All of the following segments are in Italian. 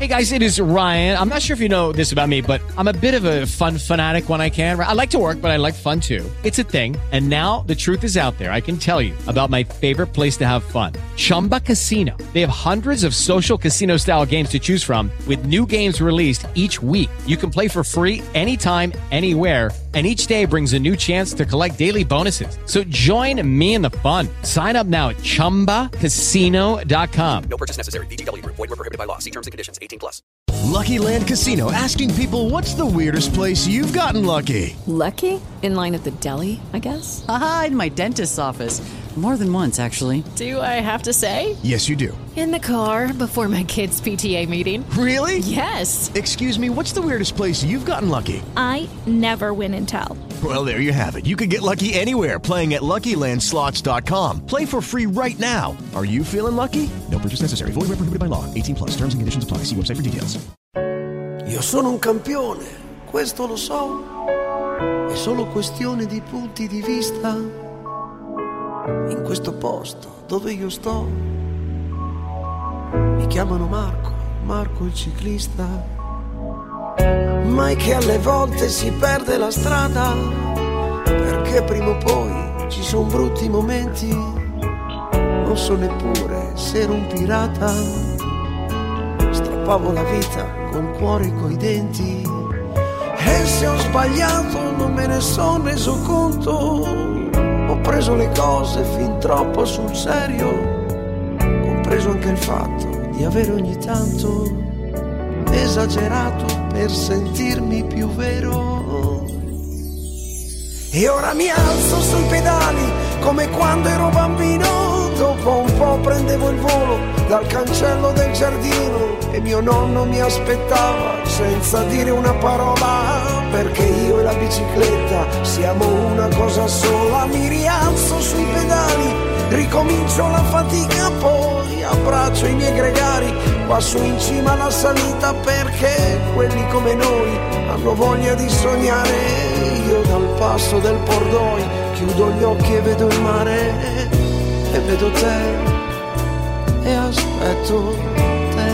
Hey guys, it is Ryan. I'm not sure if you know this about me, but I'm a bit of a fun fanatic when I can. I like to work, but I like fun too. It's a thing. And now the truth is out there. I can tell you about my favorite place to have fun. Chumba Casino. They have hundreds of social casino style games to choose from with new games released each week. You can play for free anytime, anywhere. And each day brings a new chance to collect daily bonuses. So join me in the fun. Sign up now at ChumbaCasino.com. No purchase necessary. VGW Group. Void where prohibited by law. See terms and conditions. 18+. Lucky Land Casino, asking people, what's the weirdest place you've gotten lucky? Lucky? In line at the deli, I guess? Aha, in my dentist's office. More than once, actually. Do I have to say? Yes, you do. In the car before my kids' PTA meeting. Really? Yes. Excuse me, what's the weirdest place you've gotten lucky? I never win and tell. Well, there you have it. You can get lucky anywhere, playing at LuckyLandSlots.com. Play for free right now. Are you feeling lucky? No purchase necessary. Void where prohibited by law. 18+. Terms and conditions apply. See website for details. Io sono un campione, questo lo so. È solo questione di punti di vista. In questo posto dove io sto mi chiamano Marco, Marco il ciclista. Ma è che alle volte si perde la strada, perché prima o poi ci sono brutti momenti. Non so neppure se ero un pirata, strappavo la vita col cuore e coi denti. E se ho sbagliato non me ne sono reso conto. Ho preso le cose fin troppo sul serio, compreso anche il fatto di avere ogni tanto esagerato per sentirmi più vero. E ora mi alzo sui pedali come quando ero bambino. Dopo un po' prendevo il volo dal cancello del giardino e mio nonno mi aspettava senza dire una parola, perché io e la bicicletta siamo una cosa sola. Mi rialzo sui pedali, ricomincio la fatica, poi abbraccio i miei gregari qua su in cima alla salita, perché quelli come noi hanno voglia di sognare. Io dal passo del Pordoi chiudo gli occhi e vedo il mare, e vedo te e aspetto te.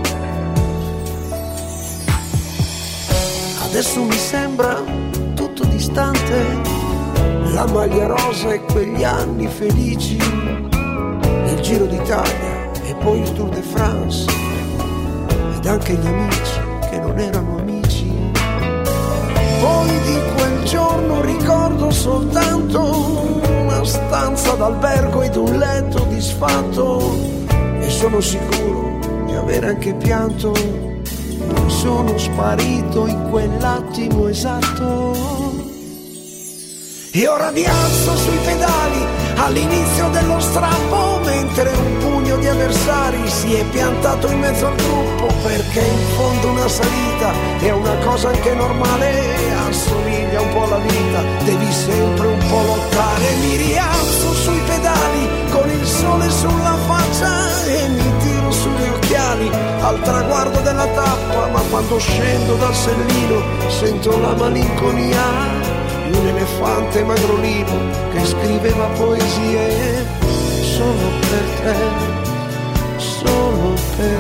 Adesso mi sembra tutto distante, la maglia rosa e quegli anni felici, il Giro d'Italia e poi il Tour de France, ed anche gli amici che non erano amici. Poi di quel giorno ricordo soltanto una stanza d'albergo ed un letto disfatto, e sono sicuro di aver anche pianto. Poi sono sparito in quell'attimo esatto. E ora mi alzo sui pedali all'inizio dello strappo, mentre un pugno di avversari si è piantato in mezzo al gruppo, perché in fondo una salita è una cosa anche normale, assomiglia un po' alla vita, devi sempre un po' lottare. Mi rialzo sui pedali con il sole sulla faccia e mi tiro sugli occhiali al traguardo della tappa, ma quando scendo dal sellino sento la malinconia di un elefante magrolino che scriveva poesie solo per te, solo per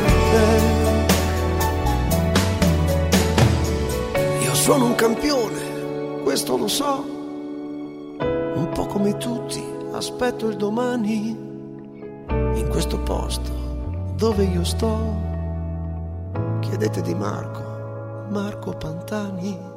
te. Io sono un campione, questo lo so, un po' come tutti, aspetto il domani, in questo posto dove io sto. Chiedete di Marco, Marco Pantani.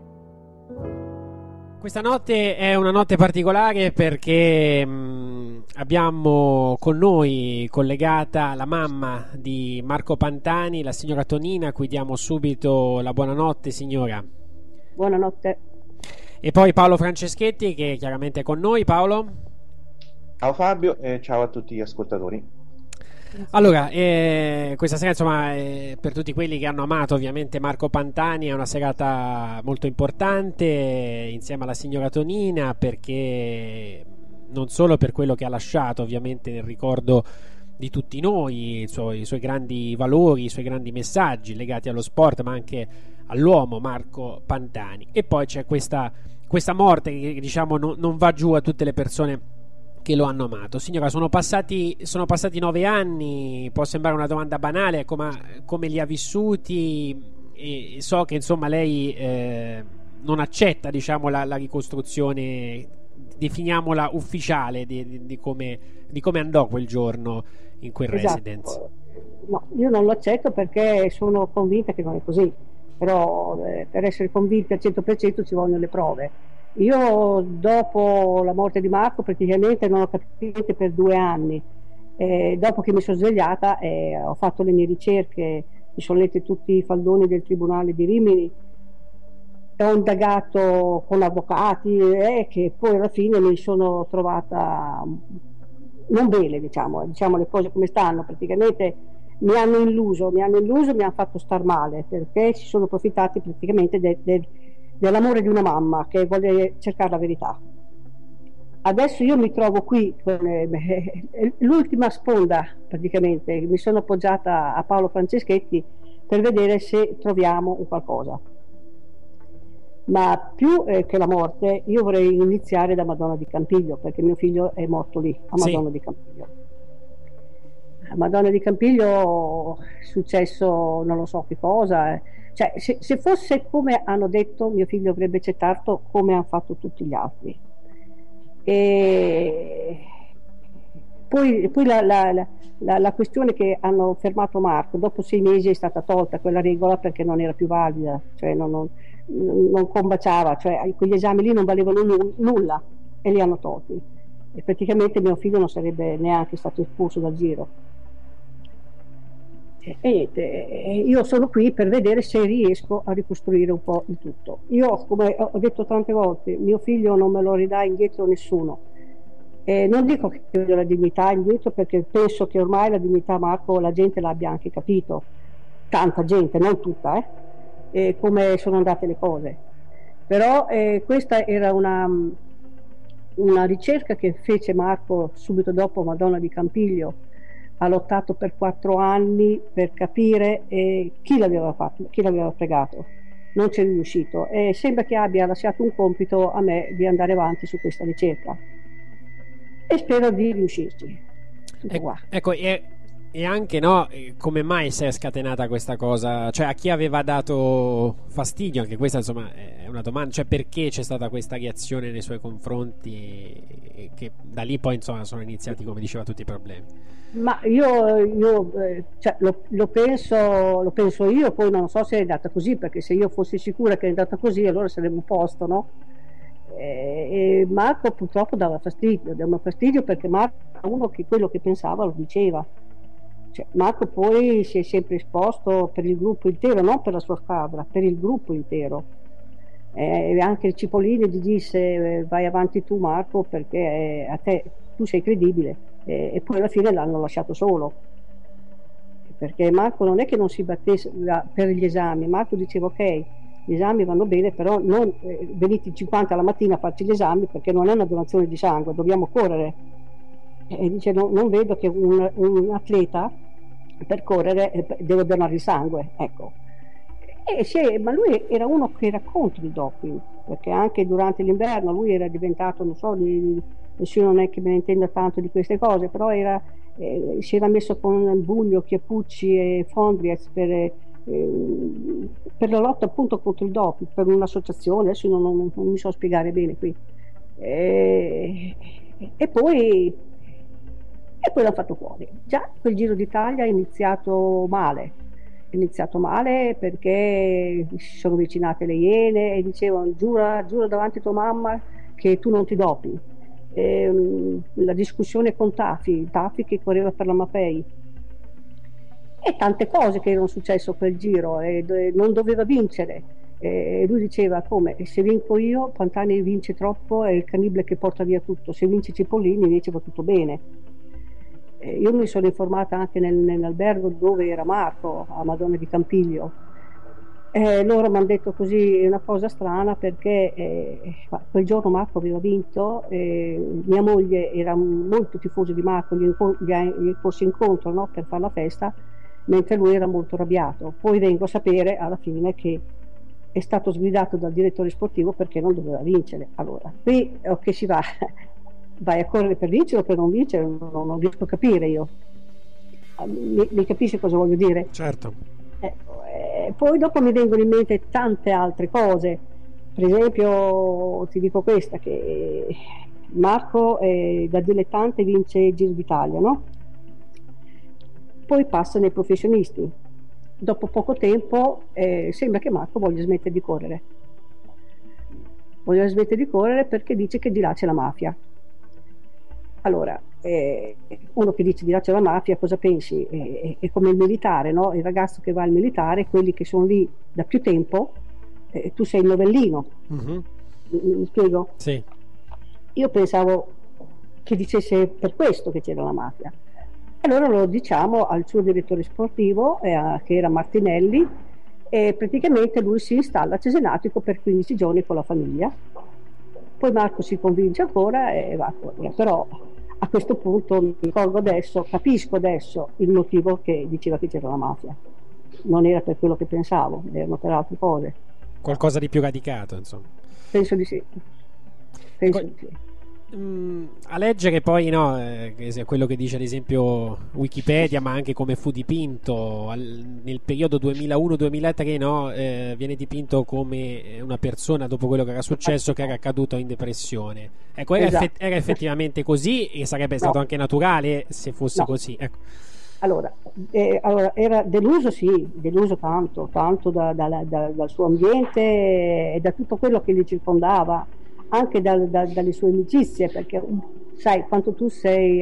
Questa notte è una notte particolare perché abbiamo con noi collegata la mamma di Marco Pantani, la signora Tonina, a cui diamo subito la buonanotte, signora. Buonanotte. E poi Paolo Franceschetti, che chiaramente è con noi. Paolo? Ciao Fabio e ciao a tutti gli ascoltatori. Allora, questa sera, insomma, per tutti quelli che hanno amato ovviamente Marco Pantani, è una serata molto importante insieme alla signora Tonina, perché non solo per quello che ha lasciato ovviamente nel ricordo di tutti noi, i suoi grandi valori, i suoi grandi messaggi legati allo sport, ma anche all'uomo Marco Pantani. E poi c'è questa morte che, diciamo, non va giù a tutte le persone che lo hanno amato. Signora, sono passati 9 anni, può sembrare una domanda banale, come li ha vissuti, e so che insomma lei non accetta, diciamo, la ricostruzione, definiamola ufficiale, di come andò quel giorno in quel residence. No, io non lo accetto perché sono convinta che non è così, però per essere convinti al 100% ci vogliono le prove. Io dopo la morte di Marco praticamente non ho capito niente per 2 anni. Dopo che mi sono svegliata ho fatto le mie ricerche, mi sono lette tutti i faldoni del Tribunale di Rimini, ho indagato con avvocati, che poi alla fine mi sono trovata non bene, diciamo le cose come stanno. Praticamente mi hanno illuso, mi hanno fatto star male, perché si sono approfittati praticamente dell'amore di una mamma che vuole cercare la verità. Adesso io mi trovo qui con l'ultima sponda, praticamente mi sono appoggiata a Paolo Franceschetti per vedere se troviamo un qualcosa. Ma più che la morte, io vorrei iniziare da Madonna di Campiglio, perché mio figlio è morto lì, a Madonna di Campiglio. A Madonna di Campiglio è successo non lo so che cosa. Cioè, se fosse come hanno detto, mio figlio avrebbe accettato come hanno fatto tutti gli altri. E poi la questione che hanno fermato Marco, dopo 6 mesi è stata tolta quella regola perché non era più valida, cioè non combaciava, cioè quegli esami lì non valevano nulla e li hanno tolti. E praticamente mio figlio non sarebbe neanche stato espulso dal giro. E niente, io sono qui per vedere se riesco a ricostruire un po' il tutto. Io, come ho detto tante volte, mio figlio non me lo ridà indietro nessuno. Non dico che voglio la dignità indietro, perché penso che ormai la dignità, Marco, la gente l'abbia anche capito, tanta gente, non tutta, come sono andate le cose. Però questa era una ricerca che fece Marco subito dopo Madonna di Campiglio. Ha lottato per 4 anni per capire chi l'aveva fatto, chi l'aveva fregato. Non c'è riuscito e sembra che abbia lasciato un compito a me di andare avanti su questa ricerca e spero di riuscirci. Ecco, e anche come mai si è scatenata questa cosa? Cioè, a chi aveva dato fastidio? Anche questa, insomma, è una domanda. Cioè, perché c'è stata questa reazione nei suoi confronti, che da lì poi, insomma, sono iniziati, come diceva, tutti i problemi? Ma io cioè, lo penso io, poi non so se è andata così, perché se io fossi sicura che è andata così allora saremmo a posto, no? E Marco purtroppo dava fastidio perché Marco era uno che quello che pensava lo diceva. Cioè, Marco poi si è sempre esposto per il gruppo intero, non per la sua squadra, per il gruppo intero. Anche il Cipollini gli disse vai avanti tu Marco, perché a te tu sei credibile. E poi alla fine l'hanno lasciato solo, perché Marco non è che non si battesse per gli esami. Marco diceva ok, gli esami vanno bene, però non venite in 50 la mattina a farci gli esami, perché non è una donazione di sangue, dobbiamo correre. E dice non vedo che un atleta per correre deve donare il sangue, ecco. Ma lui era uno che era contro il doping, perché anche durante l'inverno lui era diventato, non so, adesso non è che me ne intenda tanto di queste cose, però si era messo con Buglio, Chiappucci e Fondriez per la lotta appunto contro il doping, per un'associazione, adesso non mi so spiegare bene qui. E poi l'ha fatto fuori. Già quel Giro d'Italia è iniziato male perché si sono avvicinate le Iene e dicevano giura davanti a tua mamma che tu non ti dopi. la discussione con Tafi che correva per la Mapei, e tante cose che erano successe quel giro, e non doveva vincere. Lui diceva: come, se vinco io, Pantani vince troppo, è il cannibale che porta via tutto, se vince Cipollini invece va tutto bene. Io mi sono informata anche nell'albergo dove era Marco, a Madonna di Campiglio. Loro mi hanno detto così una cosa strana, perché quel giorno Marco aveva vinto, mia moglie era molto tifosa di Marco, gli corse incontro, no, per fare la festa, mentre lui era molto arrabbiato. Poi vengo a sapere alla fine che è stato sgridato dal direttore sportivo perché non doveva vincere. Allora, qui che si va? Vai a correre per vincere o per non vincere? Non riesco a capire io. Mi capisci cosa voglio dire? Certo. Poi dopo mi vengono in mente tante altre cose. Per esempio, ti dico questa, che Marco da dilettante vince il Giro d'Italia, no? Poi passa nei professionisti. Dopo poco tempo sembra che Marco voglia smettere di correre. Voglia smettere di correre perché dice che di là c'è la mafia. Allora, uno che dice di là c'è la mafia, cosa pensi? È come il militare, no? Il ragazzo che va al militare, quelli che sono lì da più tempo, tu sei il novellino. Mm-hmm. Mi spiego? Sì. Io pensavo che dicesse per questo che c'era la mafia. Allora lo diciamo al suo direttore sportivo, che era Martinelli, e praticamente lui si installa a Cesenatico per 15 giorni con la famiglia. Poi Marco si convince ancora e va a correre. Però a questo punto mi ricordo adesso, capisco adesso il motivo che diceva che c'era la mafia. Non era per quello che pensavo, erano per altre cose. Qualcosa di più radicato, insomma. Penso di sì. Penso di sì. A leggere poi, no, quello che dice ad esempio Wikipedia, ma anche come fu dipinto nel periodo 2001-2003, no, viene dipinto come una persona, dopo quello che era successo, che era caduto in depressione. Ecco, era effettivamente così, e sarebbe stato anche naturale se fosse così, ecco. Allora, era deluso, sì, deluso tanto dal suo ambiente e da tutto quello che gli circondava, anche dalle sue amicizie, perché sai, quando tu sei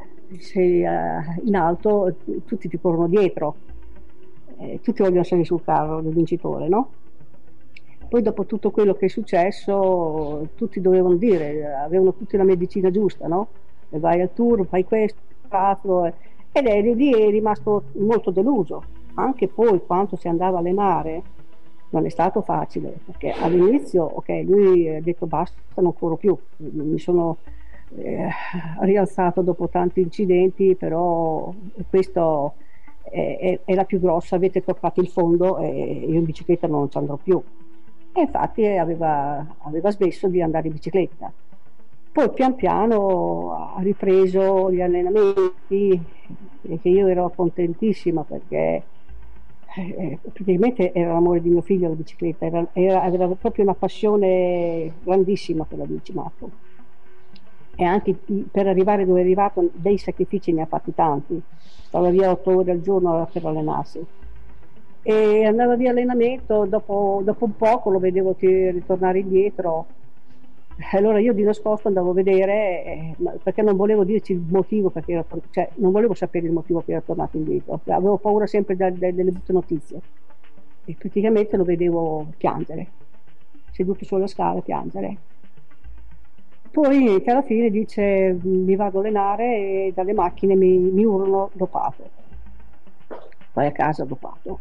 in alto, tutti ti corrono dietro, tutti vogliono salire sul carro del vincitore, no? Poi dopo tutto quello che è successo, tutti dovevano dire, avevano tutti la medicina giusta, no? E vai al tour, fai questo, l'altro, ed lì è rimasto molto deluso. Anche poi quando si andava a allenare non è stato facile, perché all'inizio, ok, lui ha detto basta, non corro più, mi sono rialzato dopo tanti incidenti, però questo è la più grossa, avete toccato il fondo e io in bicicletta non ci andrò più. E infatti aveva smesso di andare in bicicletta. Poi pian piano ha ripreso gli allenamenti, e che io ero contentissima, perché praticamente era l'amore di mio figlio la bicicletta, aveva proprio una passione grandissima per la bici, Marco. E anche per arrivare dove è arrivato dei sacrifici ne ha fatti tanti. Stava via 8 ore al giorno per allenarsi e andava via allenamento, dopo un poco lo vedevo ritornare indietro. Allora io di nascosto andavo a vedere, perché non volevo dirci il motivo, perché non volevo sapere il motivo che era tornato indietro, avevo paura sempre delle brutte notizie, e praticamente lo vedevo piangere, seduto sulla scala a piangere. Poi che alla fine dice mi vado a allenare e dalle macchine mi urlano dopato, vai a casa dopato.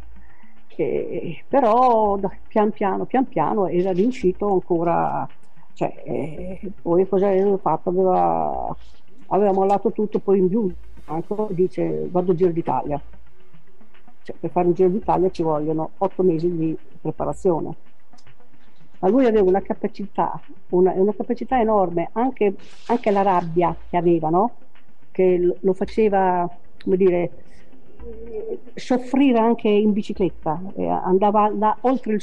Però pian piano era riuscito ancora. Poi cosa aveva fatto? Aveva mollato tutto, poi in giù dice vado al Giro d'Italia. Per fare un Giro d'Italia ci vogliono 8 mesi di preparazione, ma lui aveva una capacità enorme, anche la rabbia che aveva, no? Che lo faceva, come dire, soffrire anche in bicicletta, andava oltre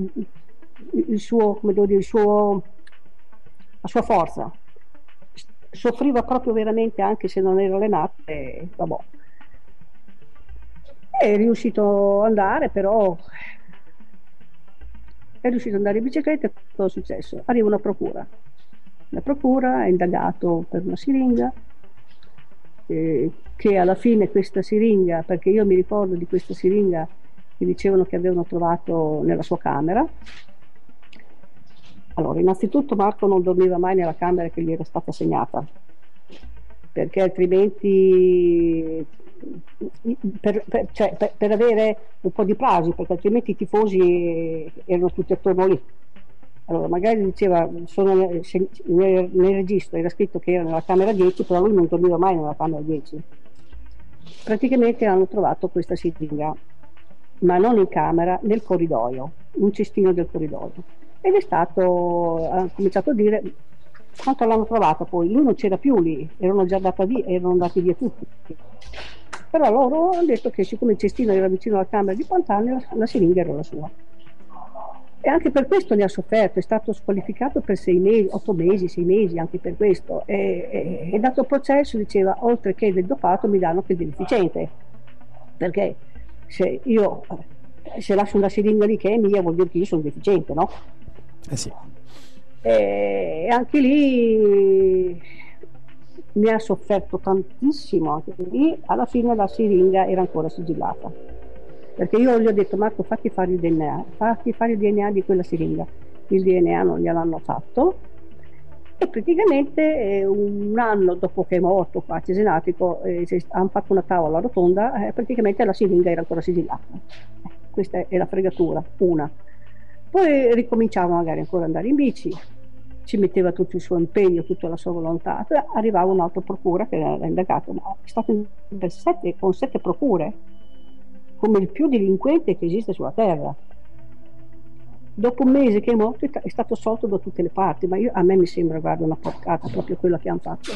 la sua forza, soffriva proprio veramente, anche se non era allenato, vabbè. È riuscito ad andare, però è riuscito ad andare in bicicletta. Cosa è successo? Arriva una procura La procura ha indagato per una siringa, che alla fine questa siringa, perché io mi ricordo di questa siringa che dicevano che avevano trovato nella sua camera. Allora, innanzitutto Marco non dormiva mai nella camera che gli era stata assegnata, perché altrimenti per avere un po' di prasi, perché altrimenti i tifosi erano tutti attorno lì. Allora magari diceva, nel registro era scritto che era nella camera 10, però lui non dormiva mai nella camera 10. Praticamente hanno trovato questa siringa, ma non in camera, nel corridoio, un cestino del corridoio, ed ha cominciato a dire quanto l'hanno trovata. Poi lui non c'era più lì, erano già andati via tutti, però loro hanno detto che siccome il cestino era vicino alla camera di Pantani, la siringa era la sua, e anche per questo ne ha sofferto. È stato squalificato per 6 mesi, 8 mesi, 6 mesi anche per questo, e dato il processo diceva, oltre che del dopato mi danno che del deficiente, perché se lascio una siringa lì che è mia vuol dire che io sono deficiente, no? Sì. E anche lì ne ha sofferto tantissimo, anche lì alla fine la siringa era ancora sigillata, perché io gli ho detto, Marco, fatti fare il DNA di quella siringa. Il DNA non gliel'hanno fatto, e praticamente un anno dopo che è morto qua a Cesenatico hanno fatto una tavola rotonda, praticamente la siringa era ancora sigillata. Questa è la fregatura, una. Poi ricominciava magari ancora ad andare in bici, ci metteva tutto il suo impegno, tutta la sua volontà. Arrivava un'altra procura che l'ha indagato, ma è stato con 7 procure, come il più delinquente che esiste sulla terra. Dopo un mese che è morto è stato assolto da tutte le parti, ma a me mi sembra, guarda, una porcata proprio quella che hanno fatto.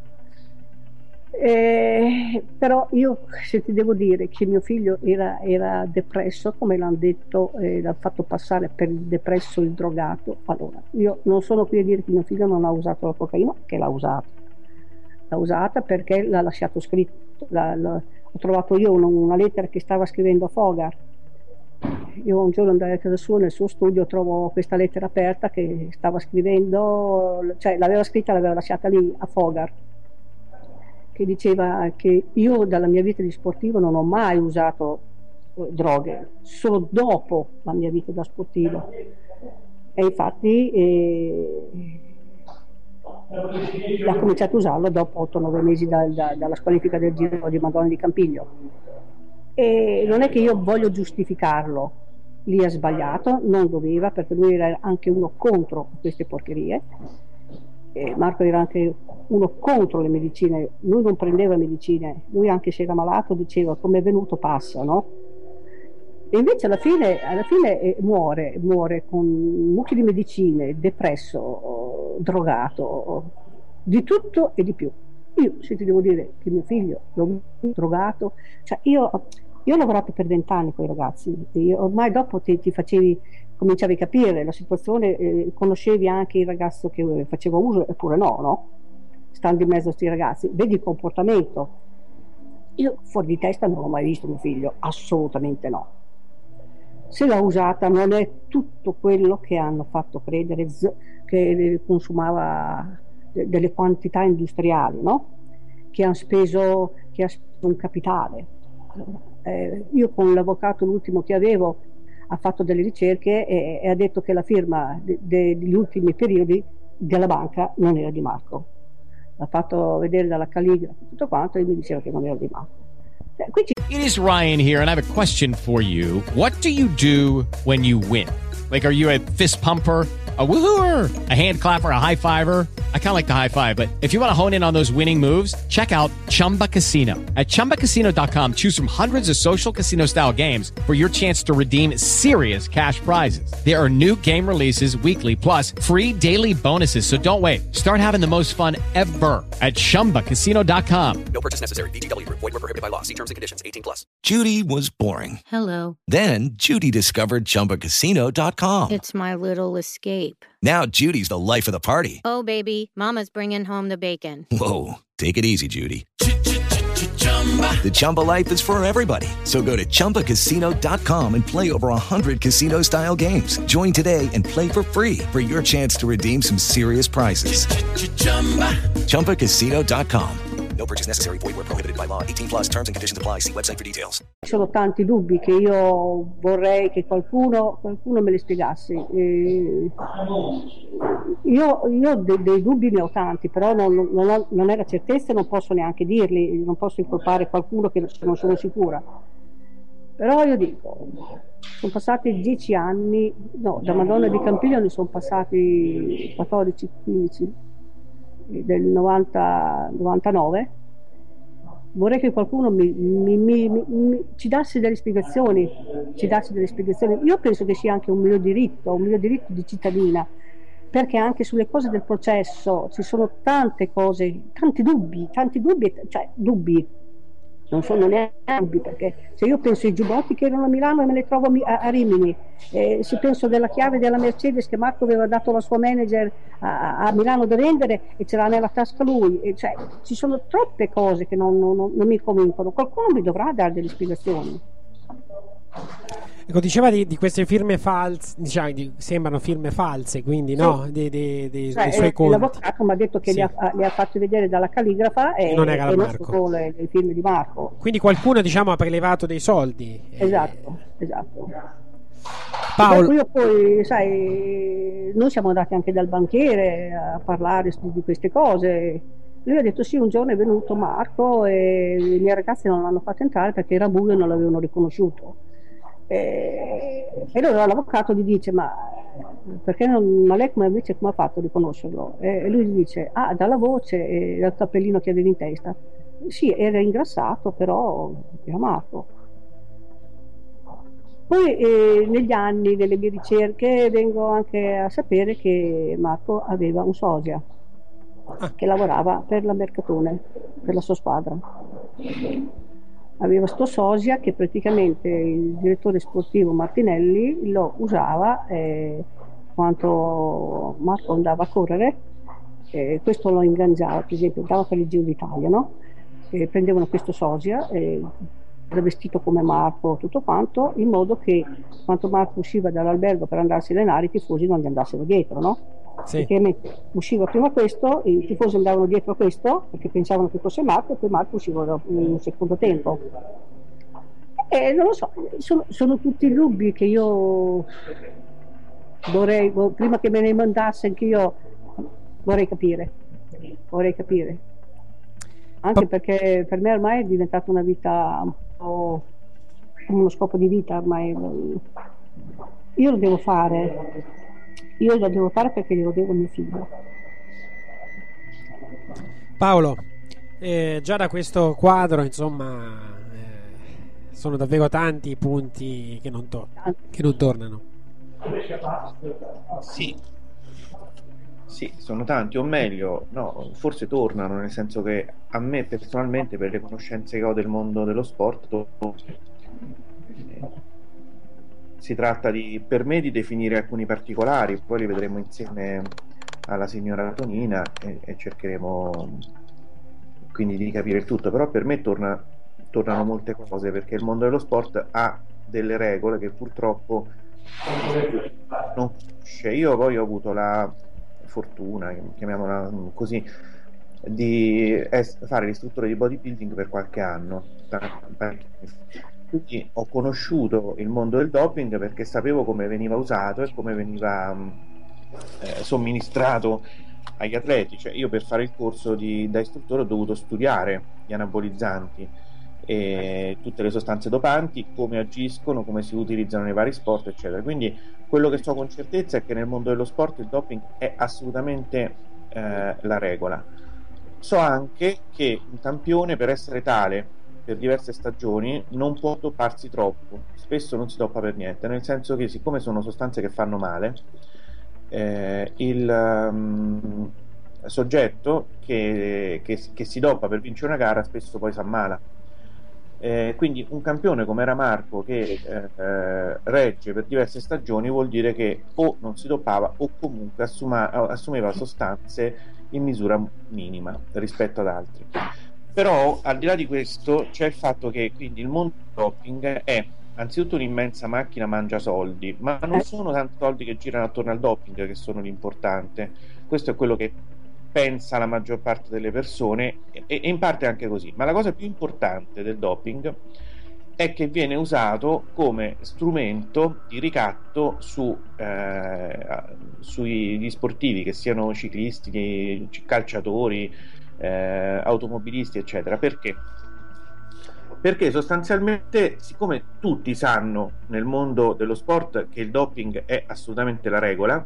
Però io, se ti devo dire che mio figlio era depresso, come l'hanno detto, l'ha fatto passare per il depresso, il drogato. Allora, io non sono qui a dire che mio figlio non ha usato la cocaina, che l'ha usata perché l'ha lasciato scritto. Ho trovato io una lettera che stava scrivendo a Fogar. Io un giorno andai a casa sua, nel suo studio, trovo questa lettera aperta che stava scrivendo, cioè l'aveva lasciata lì a Fogar, che diceva che io dalla mia vita di sportivo non ho mai usato droghe, solo dopo la mia vita da sportivo. E infatti ha cominciato a usarlo dopo 8-9 mesi dalla squalifica del Giro di Madonna di Campiglio. E non è che io voglio giustificarlo, lì ha sbagliato, non doveva, perché lui era anche uno contro queste porcherie. Marco era anche uno contro le medicine, lui non prendeva medicine, lui anche se era malato diceva come è venuto passa, no? E invece alla fine muore con mucchi di medicine, depresso, drogato, di tutto e di più. Io, se ti devo dire che mio figlio l'ho drogato, cioè io ho lavorato per 20 anni con i ragazzi, e ormai dopo cominciavi a capire la situazione, conoscevi anche il ragazzo che faceva uso, eppure no? Stando in mezzo a questi ragazzi, vedi il comportamento. Io fuori di testa non ho mai visto mio figlio, assolutamente no. Se l'ha usata non è tutto quello che hanno fatto credere, che consumava delle quantità industriali, no? Che ha speso un capitale. Io con l'avvocato, l'ultimo che avevo, ha fatto delle ricerche e ha detto che la firma degli ultimi periodi della banca non era di Marco. L'ha fatto vedere dalla calligrafa tutto quanto, e mi diceva che non era di Marco. It is Ryan here, and I have a question for you. What do you do when you win? Like, are you a fist pumper, a woohooer, a hand clapper, a high fiver? I kind of like the high five, but if you want to hone in on those winning moves, check out Chumba Casino. At ChumbaCasino.com, choose from hundreds of social casino style games for your chance to redeem serious cash prizes. There are new game releases weekly, plus free daily bonuses. So don't wait. Start having the most fun ever at ChumbaCasino.com. No purchase necessary. VGW Group. Void where prohibited by law. See terms and conditions. 18+. Judy was boring. Hello. Then Judy discovered ChumbaCasino.com. It's my little escape. Now Judy's the life of the party. Oh, baby, mama's bringing home the bacon. Whoa, take it easy, Judy. The Chumba life is for everybody. So go to ChumbaCasino.com and play over 100 casino-style games. Join today and play for free for your chance to redeem some serious prizes. ChumbaCasino.com. No purchase necessary. Void where prohibited by law. 18 plus terms and conditions apply. See website for details. Ci sono tanti dubbi che io vorrei che qualcuno me li spiegasse. Io dei dubbi ne ho tanti, però non è la certezza, non posso neanche dirli, non posso incolpare qualcuno che non sono sicura. Però io dico, sono passati 10 anni, no, da Madonna di Campiglio ne sono passati 14-15, del 99. Vorrei che qualcuno ci dasse delle spiegazioni, Io penso che sia anche un mio diritto di cittadina, perché anche sulle cose del processo ci sono tante cose, tanti dubbi, cioè dubbi. Non sono neanche dubbi, perché se io penso ai giubbotti che erano a Milano e me li trovo a Rimini, se penso della chiave della Mercedes che Marco aveva dato alla sua manager a Milano da vendere e ce l'ha nella tasca lui, cioè ci sono troppe cose che non mi convincono. Qualcuno mi dovrà dare delle spiegazioni. Ecco, diceva di queste firme false, diciamo, sembrano firme false, quindi sì. No, dei suoi conti. L'avvocato mi ha detto che sì. le ha fatte vedere dalla calligrafa e non era non Marco. sono le firme di Marco. Quindi qualcuno, diciamo, ha prelevato dei soldi. Esatto. Paolo. Io poi, sai, noi siamo andati anche dal banchiere a parlare di queste cose. Lui ha detto sì, un giorno è venuto Marco e i miei ragazzi non l'hanno fatto entrare perché era buio e non l'avevano riconosciuto. E allora l'avvocato gli dice ma lei come ha fatto a riconoscerlo? E lui gli dice dalla voce e dal cappellino che avevi in testa. Sì, era ingrassato, però era Marco. Poi negli anni delle mie ricerche vengo anche a sapere che Marco aveva un sosia che lavorava per la Mercatone, per la sua squadra. Aveva sto sosia che praticamente il direttore sportivo Martinelli lo usava quando Marco andava a correre, questo lo ingaggiava, per esempio andava per il Giro d'Italia, no? Prendevano questo sosia, era vestito come Marco, tutto quanto, in modo che quando Marco usciva dall'albergo per andarsi a allenare i tifosi non gli andassero dietro, no? Sì. Perché usciva prima questo, i tifosi andavano dietro a questo perché pensavano che fosse Marco e poi Marco usciva in un secondo tempo. E non lo so, sono tutti dubbi che io vorrei, prima che me ne mandasse anche io, vorrei capire. Anche perché per me ormai è diventata una vita un po' come uno scopo di vita ormai. Io lo devo fare perché glielo devo a mio figlio. Paolo, già da questo quadro, insomma, sono davvero tanti i punti che non tornano. Sì, sono tanti, o meglio, no, forse tornano, nel senso che a me personalmente, per le conoscenze che ho del mondo dello sport, si tratta per me di definire alcuni particolari, poi li vedremo insieme alla signora Tonina e cercheremo quindi di capire il tutto. Però per me tornano molte cose, perché il mondo dello sport ha delle regole che purtroppo non conosce. Io poi ho avuto la fortuna, chiamiamola così, di fare l'istruttore di bodybuilding per qualche anno. Quindi ho conosciuto il mondo del doping perché sapevo come veniva usato e come veniva somministrato agli atleti. Cioè, io per fare il corso da istruttore ho dovuto studiare gli anabolizzanti e tutte le sostanze dopanti, come agiscono, come si utilizzano nei vari sport, eccetera. Quindi quello che so con certezza è che nel mondo dello sport il doping è assolutamente la regola. So anche che un campione, per essere tale per diverse stagioni, non può dopparsi troppo, spesso non si doppa per niente, nel senso che siccome sono sostanze che fanno male, il soggetto che si doppa per vincere una gara spesso poi si ammala. Quindi un campione come era Marco, che regge per diverse stagioni, vuol dire che o non si doppava o comunque assumeva sostanze in misura minima rispetto ad altri. Però al di là di questo c'è il fatto che quindi il mondo del doping è anzitutto un'immensa macchina mangia soldi, ma non sono tanti soldi che girano attorno al doping che sono l'importante. Questo è quello che pensa la maggior parte delle persone, e in parte anche così. Ma la cosa più importante del doping è che viene usato come strumento di ricatto sugli sportivi, che siano ciclisti, calciatori, automobilisti, eccetera. Perché sostanzialmente, siccome tutti sanno nel mondo dello sport che il doping è assolutamente la regola,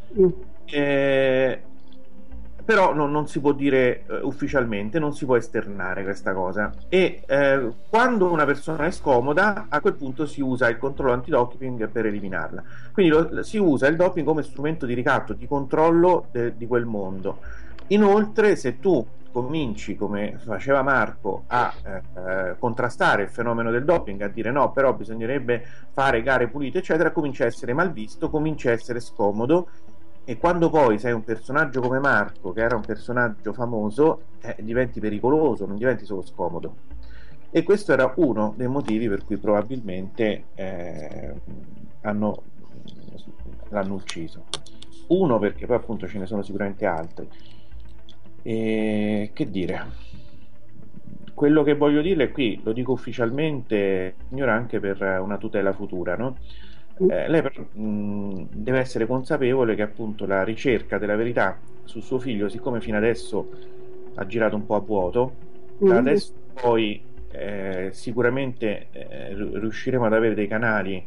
però non si può dire ufficialmente, non si può esternare questa cosa, e quando una persona è scomoda, a quel punto si usa il controllo antidoping per eliminarla. Quindi si usa il doping come strumento di ricatto, di controllo di quel mondo. Inoltre, se tu cominci, come faceva Marco, a contrastare il fenomeno del doping, a dire no, però bisognerebbe fare gare pulite, eccetera, comincia a essere malvisto, comincia a essere scomodo. E quando poi sei un personaggio come Marco, che era un personaggio famoso, diventi pericoloso, non diventi solo scomodo. E questo era uno dei motivi per cui probabilmente l'hanno ucciso. Uno, perché poi appunto ce ne sono sicuramente altri. E che dire? Quello che voglio dire qui, lo dico ufficialmente, signora, anche per una tutela futura, no? Lei deve essere consapevole che appunto la ricerca della verità su suo figlio, siccome fino adesso ha girato un po' a vuoto, da adesso poi sicuramente riusciremo ad avere dei canali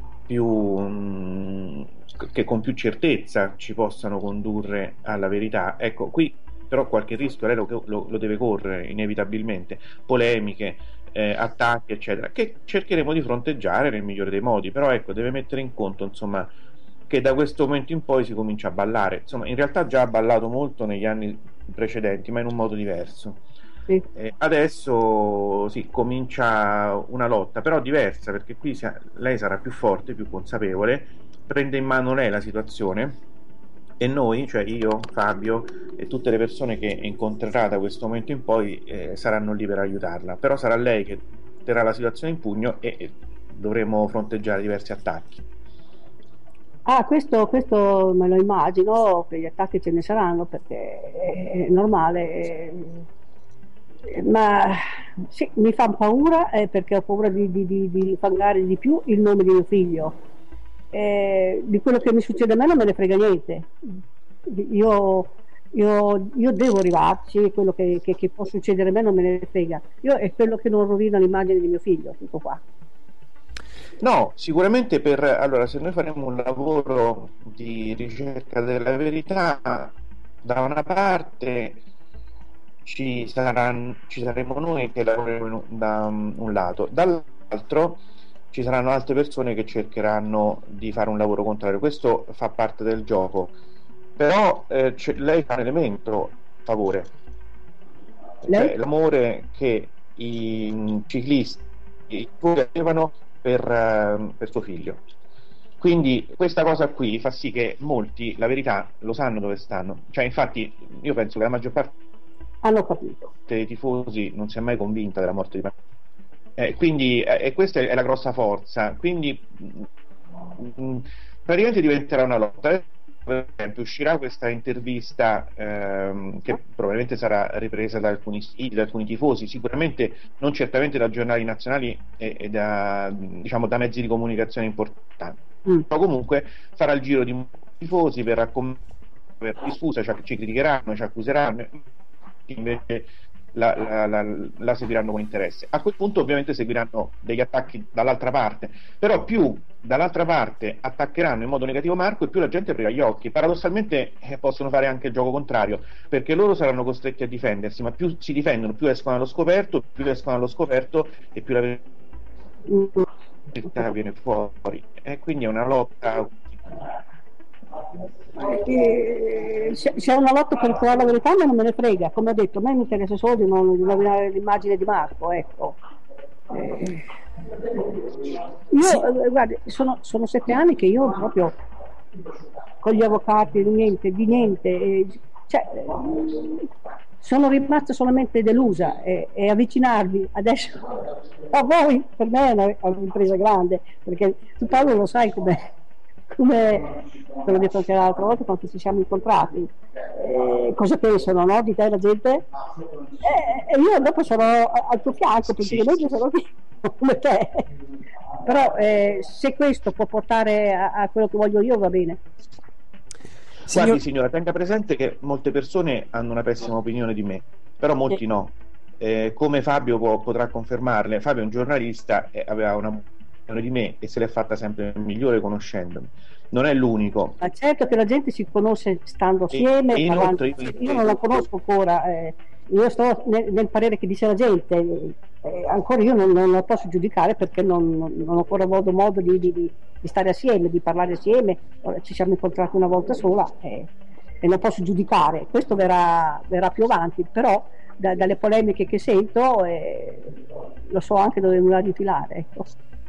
che con più certezza ci possano condurre alla verità. Ecco, qui però qualche rischio lei lo deve correre inevitabilmente, polemiche, attacchi, eccetera, che cercheremo di fronteggiare nel migliore dei modi. Però ecco, deve mettere in conto, insomma, che da questo momento in poi si comincia a ballare. Insomma, in realtà già ha ballato molto negli anni precedenti, ma in un modo diverso. Sì. Adesso sì, comincia una lotta, però diversa, perché qui lei sarà più forte, più consapevole, prende in mano lei la situazione, e noi, cioè io, Fabio e tutte le persone che incontrerà da questo momento in poi, saranno lì per aiutarla. Però sarà lei che terrà la situazione in pugno e dovremo fronteggiare diversi attacchi. Questo me lo immagino, che gli attacchi ce ne saranno, perché è normale, ma sì, mi fa paura, perché ho paura di fangare di più il nome di mio figlio. Di quello che mi succede a me non me ne frega niente. Io devo arrivarci, quello che può succedere a me non me ne frega. Io è quello che non rovina l'immagine di mio figlio, tutto qua. No, sicuramente allora, se noi faremo un lavoro di ricerca della verità, da una parte ci saremo noi che lavoreremo da un lato, dall'altro ci saranno altre persone che cercheranno di fare un lavoro contrario. Questo fa parte del gioco, però lei fa un elemento a favore, cioè l'amore che i ciclisti avevano per suo figlio. Quindi questa cosa qui fa sì che molti la verità lo sanno dove stanno, cioè infatti io penso che la maggior parte hanno capito dei tifosi non si è mai convinta della morte di Marco. Quindi questa è la grossa forza. Quindi praticamente diventerà una lotta. Per esempio, uscirà questa intervista che probabilmente sarà ripresa da alcuni siti, da alcuni tifosi, sicuramente non certamente da giornali nazionali e da mezzi di comunicazione importanti, però comunque farà il giro di tifosi per discussa, cioè ci criticheranno, ci accuseranno, invece la seguiranno con interesse. A quel punto ovviamente seguiranno degli attacchi dall'altra parte, però più dall'altra parte attaccheranno in modo negativo Marco e più la gente aprirà gli occhi. Paradossalmente possono fare anche il gioco contrario, perché loro saranno costretti a difendersi, ma più si difendono, più escono allo scoperto e più la verità viene fuori, e quindi è una lotta. Se è una lotta per trovare la verità, ma non me ne frega, come ho detto, a me mi interessa solo di non rovinare l'immagine di Marco, ecco. Guardi, sono 7 anni che io proprio con gli avvocati di niente, cioè sono rimasta solamente delusa e avvicinarvi adesso a voi per me è un'impresa grande, perché tu Paolo lo sai come te l'ho detto anche l'altra volta quando ci siamo incontrati, cosa pensano, no, di te la gente, e io dopo sarò al tuo fianco praticamente, sarò qui come te, però se questo può portare a quello che voglio io va bene. Guardi signora, tenga presente che molte persone hanno una pessima opinione di me, però molti no, come Fabio potrà confermarle. Fabio è un giornalista e aveva una opinione di me e se l'è fatta sempre migliore conoscendomi, non è l'unico. Ma certo che la gente si conosce stando assieme, e inoltre io non la conosco ancora, io sto nel parere che dice la gente, ancora io non la posso giudicare perché non ho ancora avuto modo di stare assieme, di parlare assieme. Ci siamo incontrati una volta sola e non posso giudicare, questo verrà più avanti, però dalle polemiche che sento lo so anche dove mi va di filare, ecco.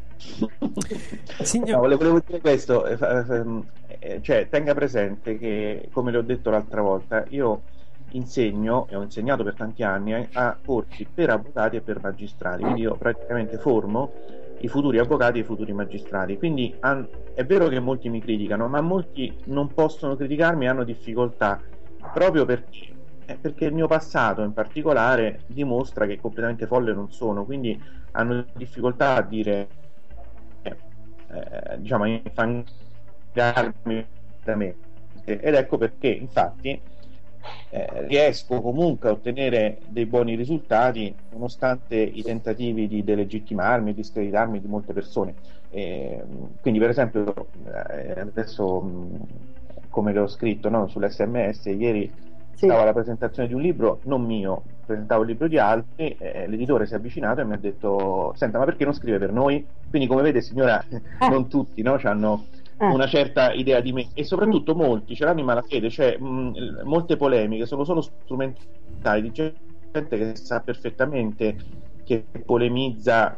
No, volevo dire questo, cioè tenga presente che, come le ho detto l'altra volta, io insegno e ho insegnato per tanti anni a corsi per avvocati e per magistrati, quindi io praticamente formo i futuri avvocati e i futuri magistrati, quindi è vero che molti mi criticano, ma molti non possono criticarmi, hanno difficoltà proprio perché il mio passato in particolare dimostra che completamente folle non sono, quindi hanno difficoltà a dire diciamo a infangarmi da me, ed ecco perché infatti riesco comunque a ottenere dei buoni risultati nonostante i tentativi di delegittimarmi, di screditarmi di molte persone, quindi per esempio adesso come le ho scritto, no, sull'SMS ieri stavo alla presentazione di un libro non mio, presentavo il libro di altri, l'editore si è avvicinato e mi ha detto: senta, ma perché non scrive per noi? Quindi come vede signora, non tutti, no, hanno una certa idea di me, e soprattutto molti ce l'hanno in malafede, cioè molte polemiche sono solo strumentali di gente che sa perfettamente che polemizza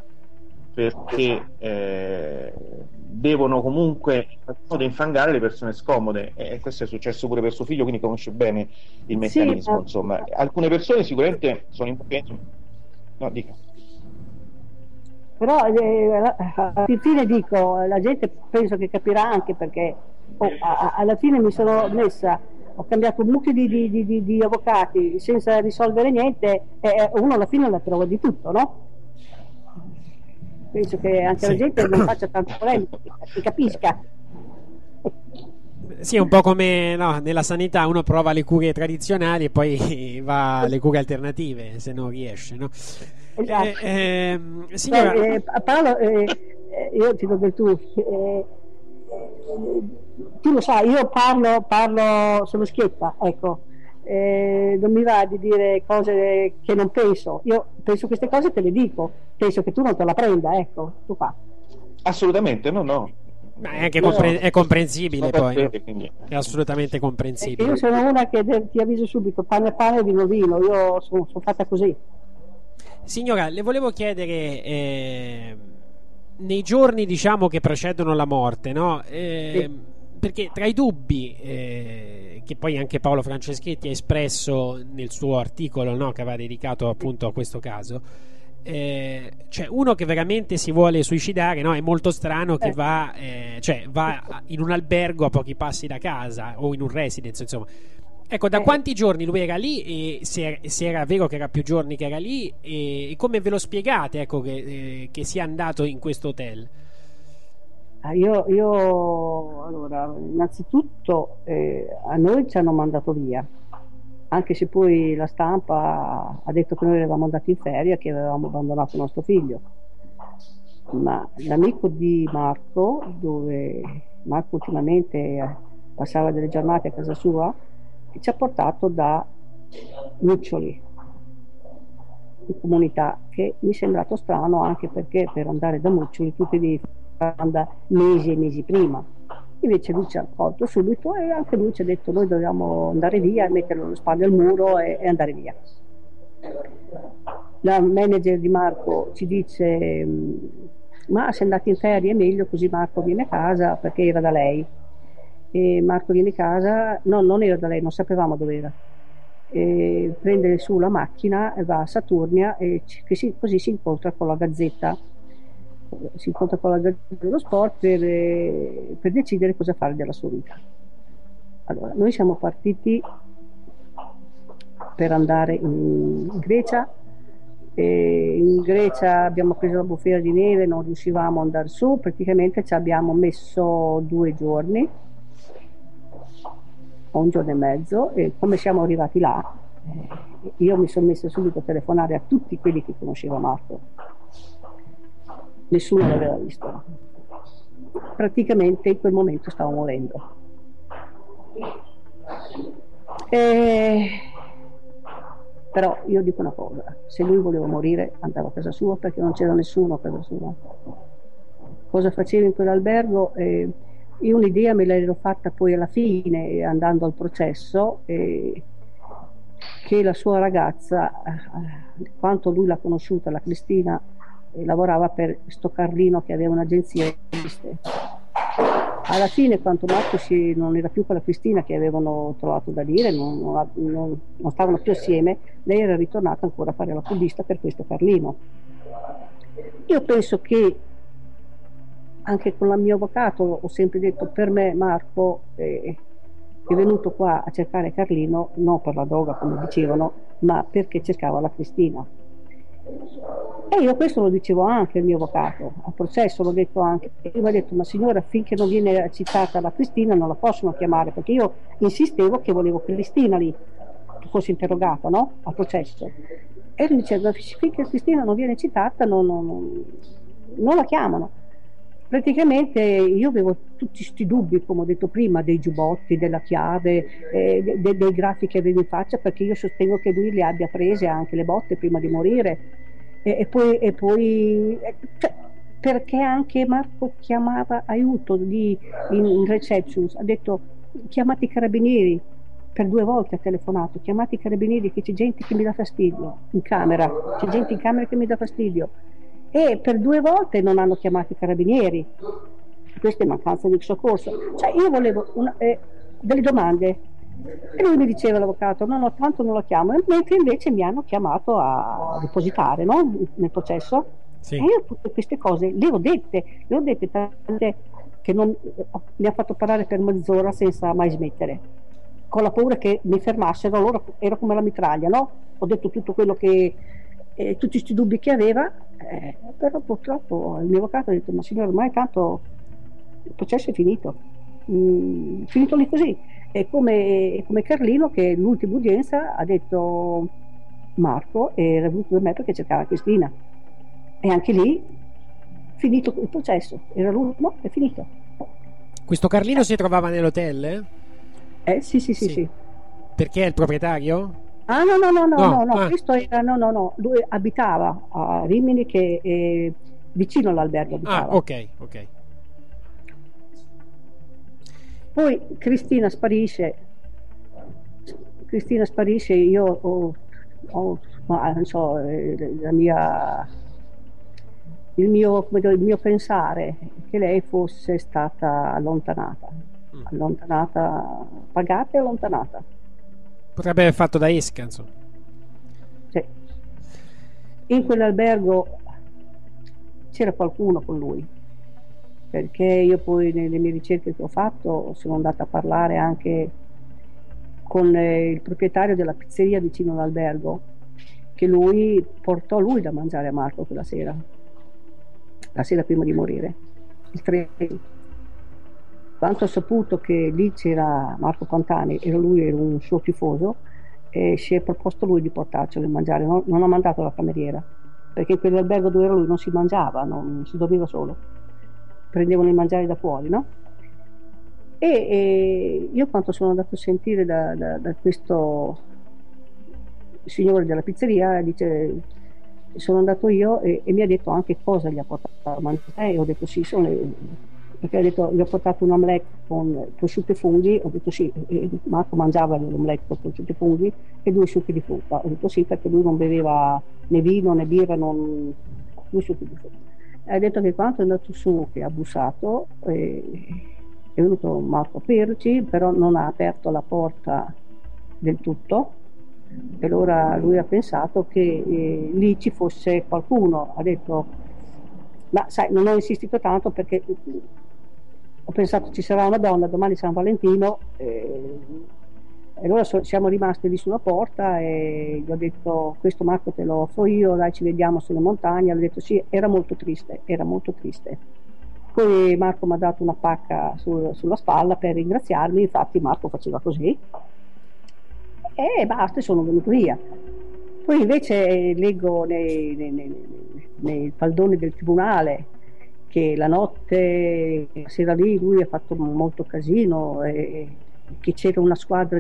perché devono comunque infangare le persone scomode, e questo è successo pure per suo figlio, quindi conosce bene il meccanismo. Insomma, alcune persone sicuramente sono impotenti. No, dica. Però alla fine dico, la gente penso che capirà, anche perché alla fine mi sono messa, ho cambiato un mucchio di avvocati senza risolvere niente, e uno alla fine la trova di tutto, no? Penso che anche la gente non faccia tante polemiche, si capisca. Sì, è un po' come nella sanità, uno prova le cure tradizionali e poi va alle cure alternative se non riesce, no? Esatto. Signora... Paolo, io ti do del tu. Tu lo sai, io parlo sulla schietta, ecco. Non mi va di dire cose che non penso. Io penso queste cose, te le dico, penso che tu non te la prenda, ecco, tu fa. Assolutamente, no. Ma è anche è comprensibile, poi è assolutamente comprensibile. Io sono una che ti avviso subito: pane pane, vino vino, io sono fatta così. Signora, le volevo chiedere, nei giorni diciamo che precedono la morte, no? Perché tra i dubbi che poi anche Paolo Franceschetti ha espresso nel suo articolo, no, che aveva dedicato appunto a questo caso, c'è uno che veramente si vuole suicidare, no? È molto strano che va in un albergo a pochi passi da casa o in un residence, insomma. Ecco, da quanti giorni lui era lì, e se era vero che era più giorni che era lì, e come ve lo spiegate, ecco, che sia andato in questo hotel? Io allora, innanzitutto a noi ci hanno mandato via, anche se poi la stampa ha detto che noi eravamo andati in ferie, che avevamo abbandonato il nostro figlio, ma l'amico di Marco, dove Marco ultimamente passava delle giornate a casa sua, ci ha portato da Nuccioli in comunità, che mi è sembrato strano, anche perché per andare da Nuccioli tu devi andare mesi e mesi prima. Invece lui ci ha accolto subito e anche lui ci ha detto: noi dobbiamo andare via, metterlo alle spalle al muro e andare via. La manager di Marco ci dice: ma se andate in ferie è meglio, così Marco viene a casa, perché era da lei. E Marco viene a casa, no, non era da lei, non sapevamo dove era. prende su la macchina e va a Saturnia e così si incontra con la Gazzetta. Si incontra con la Gazzetta dello Sport per decidere cosa fare della sua vita. Allora, noi siamo partiti per andare in Grecia. E in Grecia abbiamo preso la bufera di neve, non riuscivamo ad andare su, praticamente ci abbiamo messo 2 giorni o 1 giorno e mezzo, e come siamo arrivati là io mi sono messa subito a telefonare a tutti quelli che conosceva Marco, nessuno l'aveva visto, praticamente in quel momento stavo morendo. Però io dico una cosa, se lui voleva morire andava a casa sua, perché non c'era nessuno a casa sua. Cosa faceva in quell'albergo? Io un'idea me l'ero fatta poi alla fine, andando al processo, che la sua ragazza, quanto lui l'ha conosciuta, la Cristina, lavorava per sto Carlino che aveva un'agenzia di riviste. Alla fine, quando Marco non era più con la Cristina, che avevano trovato da dire, non stavano più assieme, lei era ritornata ancora a fare la cubista per questo Carlino. Io penso che anche con il mio avvocato ho sempre detto, per me Marco è venuto qua a cercare Carlino non per la droga come dicevano, ma perché cercava la Cristina. E io questo lo dicevo anche al mio avvocato, al processo l'ho detto anche, e mi ha detto, ma signora, finché non viene citata la Cristina non la possono chiamare, perché io insistevo che volevo Cristina lì, che fosse interrogata, no? Al processo. E lui diceva, finché Cristina non viene citata non la chiamano. Praticamente io avevo tutti questi dubbi, come ho detto prima, dei giubbotti, della chiave, dei grafi che avevo in faccia, perché io sostengo che lui le abbia prese anche le botte prima di morire, e poi cioè, perché anche Marco chiamava aiuto in reception, ha detto chiamate i carabinieri, per 2 volte ha telefonato, chiamate i carabinieri che c'è gente che mi dà fastidio in camera, c'è gente in camera che mi dà fastidio. E per 2 volte non hanno chiamato i carabinieri. Questa è mancanza di soccorso. Cioè io volevo delle domande, e lui mi diceva, l'avvocato, no, tanto non lo chiamo, mentre invece mi hanno chiamato a depositare, no? Nel processo. Sì. E io tutte queste cose le ho dette tante che mi ha fatto parlare per mezz'ora senza mai smettere, con la paura che mi fermassero. Allora ero come la mitraglia, no? Ho detto tutto quello che tutti questi dubbi che aveva, però purtroppo il mio avvocato ha detto, ma signore, ormai tanto il processo è finito, finito lì così. È come Carlino, che l'ultima udienza ha detto Marco era venuto da me perché cercava Cristina, e anche lì finito il processo, era l'ultimo, è finito. Questo Carlino si trovava nell'hotel? Sì. Perché è il proprietario? Ah no, questo era no, lui abitava a Rimini, che è vicino all'albergo abitava. Ah, ok. Poi Cristina sparisce, io ho non so, il mio pensare che lei fosse stata allontanata, pagata e allontanata. Potrebbe aver fatto da esca, insomma. Sì. In quell'albergo c'era qualcuno con lui, perché io poi nelle mie ricerche che ho fatto sono andata a parlare anche con il proprietario della pizzeria vicino all'albergo, che lui portò lui da mangiare a Marco quella sera, la sera prima di morire, il 3. Quando ho saputo che lì c'era Marco Pantani, era un suo tifoso, e si è proposto lui di portarcelo a mangiare, non ha mandato la cameriera, perché in quell'albergo dove era lui non si mangiava, non si dormiva solo, prendevano il mangiare da fuori, no? E io quando sono andato a sentire da questo signore della pizzeria, dice, sono andato io e mi ha detto anche cosa gli ha portato a mangiare, e ho detto sì, perché ha detto gli ho portato un omelette con prosciutto e funghi, ho detto sì, Marco mangiava l'omelette con prosciutto e funghi e 2 succhi di frutta, ho detto sì, perché lui non beveva né vino né birra, 2 succhi di frutta. E ha detto che quando è andato su, che ha bussato, è venuto Marco a aprirci, però non ha aperto la porta del tutto, E allora lui ha pensato che lì ci fosse qualcuno, ha detto, ma sai, non ho insistito tanto perché ho pensato ci sarà una donna, domani San Valentino, e allora siamo rimasti lì sulla porta e gli ho detto questo Marco te lo offro io, dai ci vediamo sulle montagne. Ha detto sì, era molto triste. Poi Marco mi ha dato una pacca sulla spalla per ringraziarmi, infatti Marco faceva così e basta, sono venuto via. Poi invece leggo nei faldoni del tribunale che la notte, la sera lì, lui ha fatto molto casino e che c'era una squadra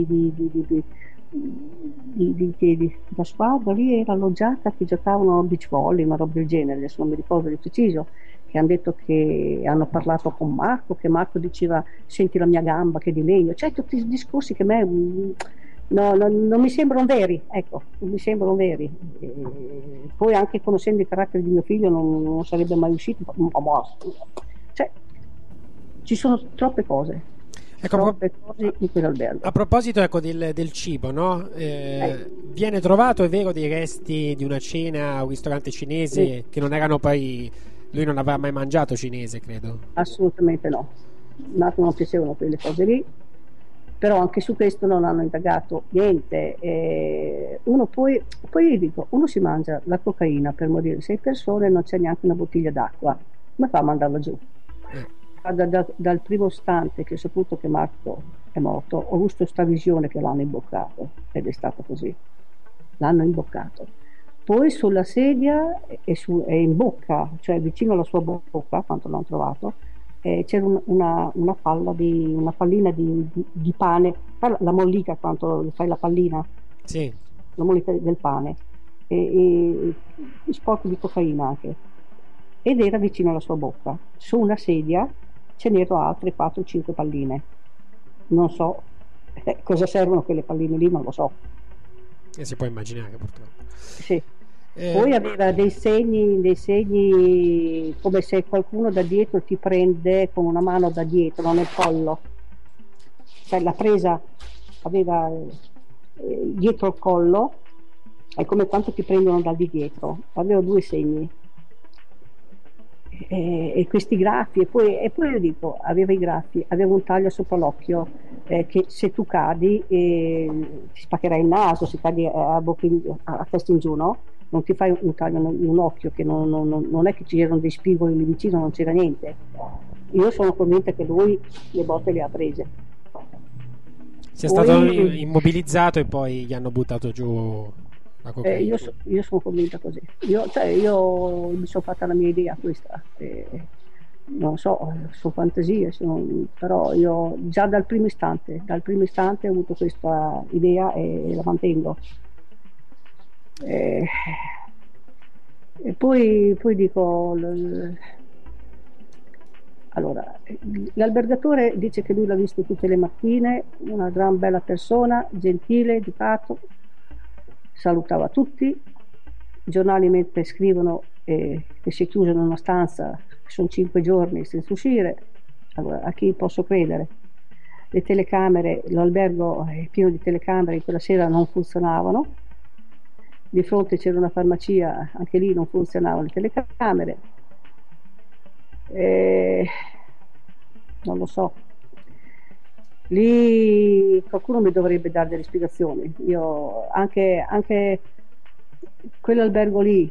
la squadra lì era alloggiata che giocavano a beach volley, una roba del genere, adesso non mi ricordo di preciso, che hanno detto che hanno parlato con Marco, che Marco diceva senti la mia gamba che è di legno, cioè tutti i discorsi che a me non mi sembrano veri, ecco, non mi sembrano veri. Poi anche conoscendo il carattere di mio figlio non sarebbe mai uscito un po' morto, cioè ci sono troppe cose. Ecco, in quell'albergo. A proposito, ecco, del cibo, no? Viene trovato, è vero, dei resti di una cena a un ristorante cinese che non erano poi, lui non aveva mai mangiato cinese, credo. Assolutamente no, Marco non piacevano quelle cose lì, però anche su questo non hanno indagato niente. Uno poi io dico, uno si mangia la cocaina per morire 6 persone e non c'è neanche una bottiglia d'acqua, come fa a mandarla giù? Dal primo istante che ho saputo che Marco è morto ho avuto questa visione che l'hanno imboccato, ed è stato così, l'hanno imboccato. Poi sulla sedia e in bocca, cioè vicino alla sua bocca, quando l'hanno trovato, c'era una pallina di pane, la mollica, quando fai la pallina, sì, la mollica del pane, e sporco di cocaina anche, ed era vicino alla sua bocca. Su una sedia ce n'erano altre 4-5 palline, non so cosa servono quelle palline lì, non lo so, e si può immaginare purtroppo. Sì. Poi aveva dei segni come se qualcuno da dietro ti prende con una mano da dietro nel collo, cioè la presa aveva dietro il collo, è come quando ti prendono da di dietro, aveva 2 segni. E questi graffi, e poi io dico, aveva i graffi, aveva un taglio sopra l'occhio, che se tu cadi ti spaccherai il naso, se cadi a testa in giù, no? Non ti fai un taglio in un occhio, che non è che ci erano dei spigoli lì vicino, non c'era niente. Io sono convinta che lui le botte le ha prese, sia stato immobilizzato e poi gli hanno buttato giù. Io sono convinta così. Io mi sono fatta la mia idea questa. Non so, sono fantasie, però io già dal primo istante ho avuto questa idea e la mantengo. E poi dico, allora, l'albergatore dice che lui l'ha visto tutte le mattine, una gran bella persona, gentile, educato, salutava tutti. I giornali mentre scrivono che si è chiuso in una stanza, sono 5 giorni senza uscire. Allora, a chi posso credere? Le telecamere, l'albergo è pieno di telecamere, quella sera non funzionavano. Di fronte c'era una farmacia, anche lì non funzionavano le telecamere. Non lo so. Lì qualcuno mi dovrebbe dare delle spiegazioni. Io anche quell'albergo lì,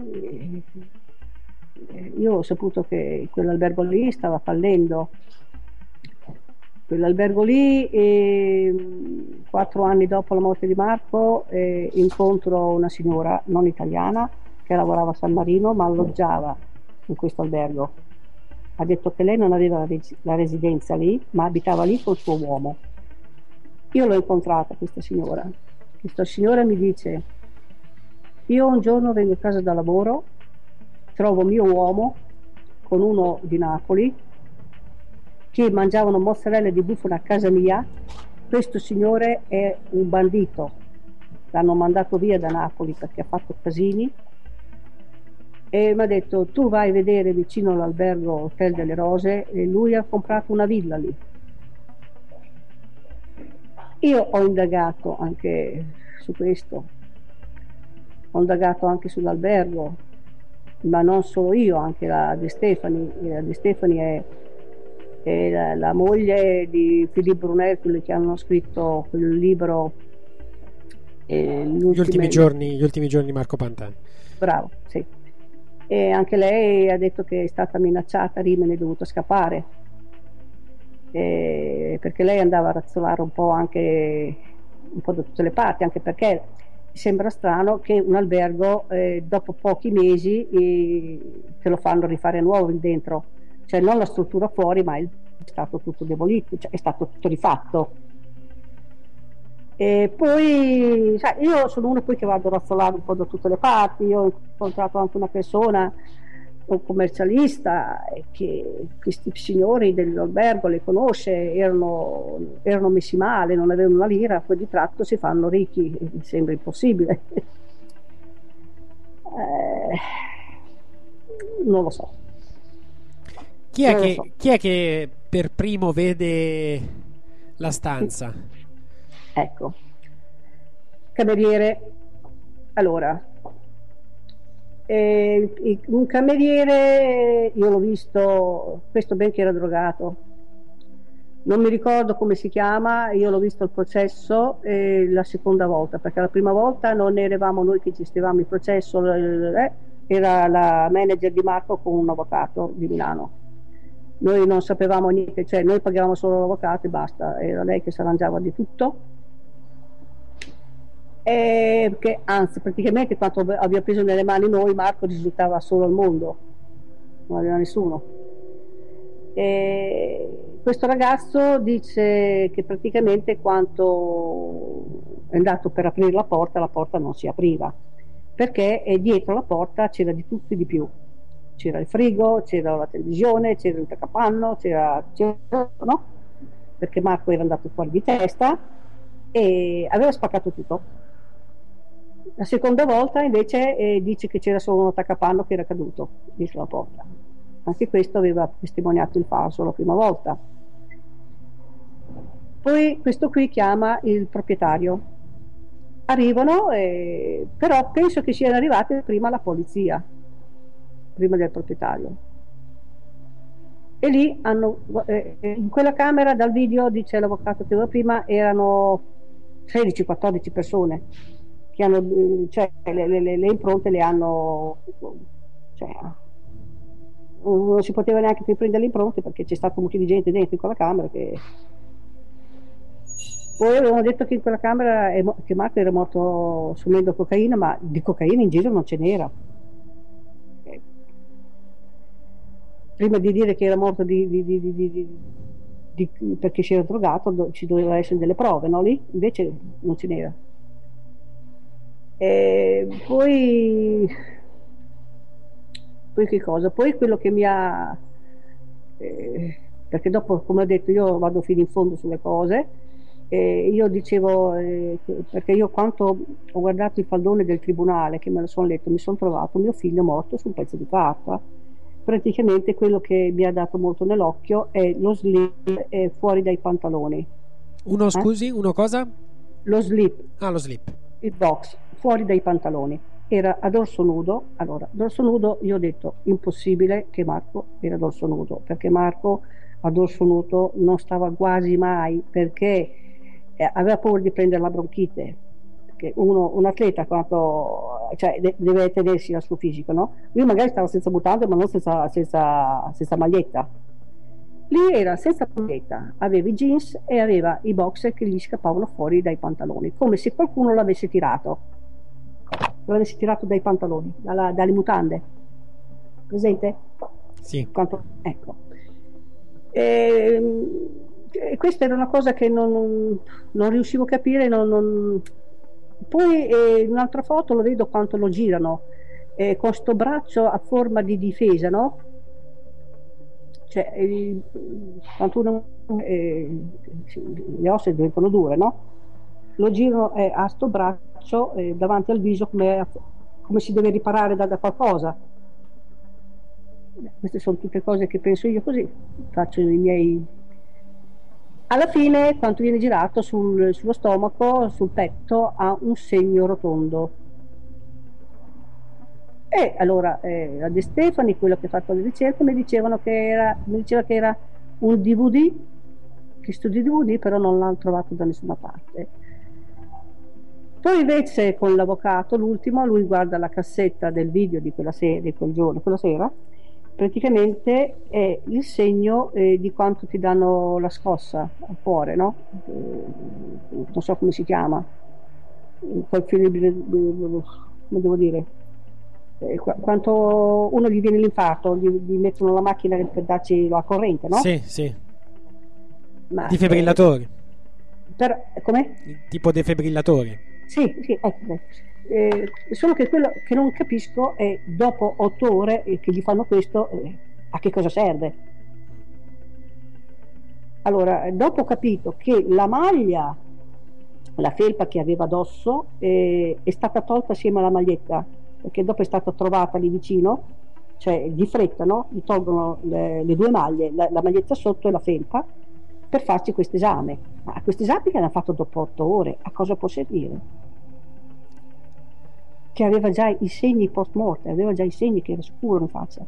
io ho saputo che quell'albergo lì stava fallendo. Quell'albergo lì, 4 anni dopo la morte di Marco, incontro una signora non italiana che lavorava a San Marino ma alloggiava in questo albergo. Ha detto che lei non aveva la residenza lì, ma abitava lì col suo uomo. Io l'ho incontrata questa signora mi dice: io un giorno vengo a casa da lavoro, trovo mio uomo con uno di Napoli che mangiavano mozzarella di bufala a casa mia. Questo signore è un bandito, l'hanno mandato via da Napoli perché ha fatto casini, e mi ha detto: tu vai a vedere vicino all'albergo Hotel delle Rose, e lui ha comprato una villa lì. Io ho indagato anche su questo, ho indagato anche sull'albergo, ma non solo io, anche la De Stefani. La De Stefani è la moglie di Philippe Brunel, quelli che hanno scritto quel libro gli ultimi giorni di Marco Pantani. Bravo, sì. E anche lei ha detto che è stata minacciata a Rimini, è dovuta scappare, perché lei andava a razzolare un po' da tutte le parti, anche perché sembra strano che un albergo dopo pochi mesi te lo fanno rifare nuovo lì dentro, cioè non la struttura fuori, ma è stato tutto demolito, cioè è stato tutto rifatto. E poi sai, io sono uno poi che vado a razzolare un po' da tutte le parti. Io ho incontrato anche una persona, un commercialista, che questi signori dell'albergo le conosce, erano messi male, non avevano una lira, poi di tratto si fanno ricchi. Mi sembra impossibile. Non lo so. Chi è che per primo vede la stanza? Ecco, cameriere. Allora, un cameriere, io l'ho visto, questo ben che era drogato, non mi ricordo come si chiama, io l'ho visto al processo la seconda volta, perché la prima volta non eravamo noi che gestivamo il processo, era la manager di Marco con un avvocato di Milano. Noi non sapevamo niente, cioè noi pagavamo solo l'avvocato e basta, era lei che si arrangiava di tutto. Che anzi, praticamente quando abbiamo preso nelle mani noi, Marco risultava solo al mondo, non aveva nessuno. Questo ragazzo dice che praticamente quando è andato per aprire la porta non si apriva, perché dietro la porta c'era di tutto e di più. C'era il frigo, c'era la televisione, c'era il taccapanno, c'era no? Perché Marco era andato fuori di testa e aveva spaccato tutto. La seconda volta invece dice che c'era solo un attaccapanno che era caduto dietro la porta. Anche questo aveva testimoniato il falso la prima volta. Poi questo qui chiama il proprietario. Arrivano, però penso che siano arrivate prima la polizia, prima del proprietario. E lì in quella camera, dal video dice l'avvocato che aveva prima, erano 13-14 persone che hanno, cioè le impronte le hanno, cioè, non si poteva neanche più prendere le impronte perché c'è stato un mucchio di gente dentro in quella camera. Poi avevano detto che in quella camera che Marco era morto assumendo cocaina, ma di cocaina in giro non ce n'era. Prima di dire che era morto perché si era drogato, ci doveva essere delle prove, no? Lì invece non ce n'era. Poi che cosa? Poi quello che mi ha perché dopo, come ho detto, io vado fino in fondo sulle cose, io dicevo perché io quando ho guardato il faldone del tribunale, che me lo sono letto, mi sono trovato mio figlio morto su un pezzo di carta. Praticamente quello che mi ha dato molto nell'occhio è lo slip fuori dai pantaloni. Scusi, uno cosa? Lo slip. Lo slip. Il box fuori dai pantaloni. Era a dorso nudo. Allora, dorso nudo, io ho detto impossibile che Marco era a dorso nudo, perché Marco a dorso nudo non stava quasi mai, perché aveva paura di prendere la bronchite. Perché un atleta quando, cioè, deve tenersi al suo fisico, no? Lui magari stava senza mutande, ma non senza maglietta. Lì era senza maglietta, aveva i jeans e aveva i boxer che gli scappavano fuori dai pantaloni, come se qualcuno l'avesse tirato dai pantaloni, dalle mutande. Presente? Sì. Ecco. Questa era una cosa che non riuscivo a capire. Poi in un'altra foto lo vedo quanto lo girano con sto braccio a forma di difesa, no? Cioè quando uno le ossa diventano dure, no? Lo girano a sto braccio davanti al viso come si deve riparare da qualcosa. Queste sono tutte cose che penso io, così faccio i miei Alla fine, quando viene girato sullo stomaco, sul petto, ha un segno rotondo. E allora la De Stefani, quello che ha fatto le ricerche, mi diceva che era un DVD, che studio DVD, però non l'hanno trovato da nessuna parte. Poi invece con l'avvocato, l'ultimo, lui guarda la cassetta del video di quella sera, praticamente è il segno di quanto ti danno la scossa al cuore, no? Non so come si chiama, come devo dire, quanto uno gli viene l'infarto, gli mettono la macchina per darci la corrente, no? Sì. Defibrillatori. Come? Tipo defibrillatori. Sì, ecco. Solo che quello che non capisco è, dopo 8 ore che gli fanno questo, a che cosa serve? Allora, dopo ho capito che la maglia, la felpa che aveva addosso, è stata tolta assieme alla maglietta, perché dopo è stata trovata lì vicino, cioè di fretta, no? Gli tolgono le due maglie, la maglietta sotto e la felpa, per farci questo esame. Ma questo esame che hanno fatto dopo 8 ore, a cosa può servire? Che aveva già i segni post morte, aveva già i segni che era scuro in faccia.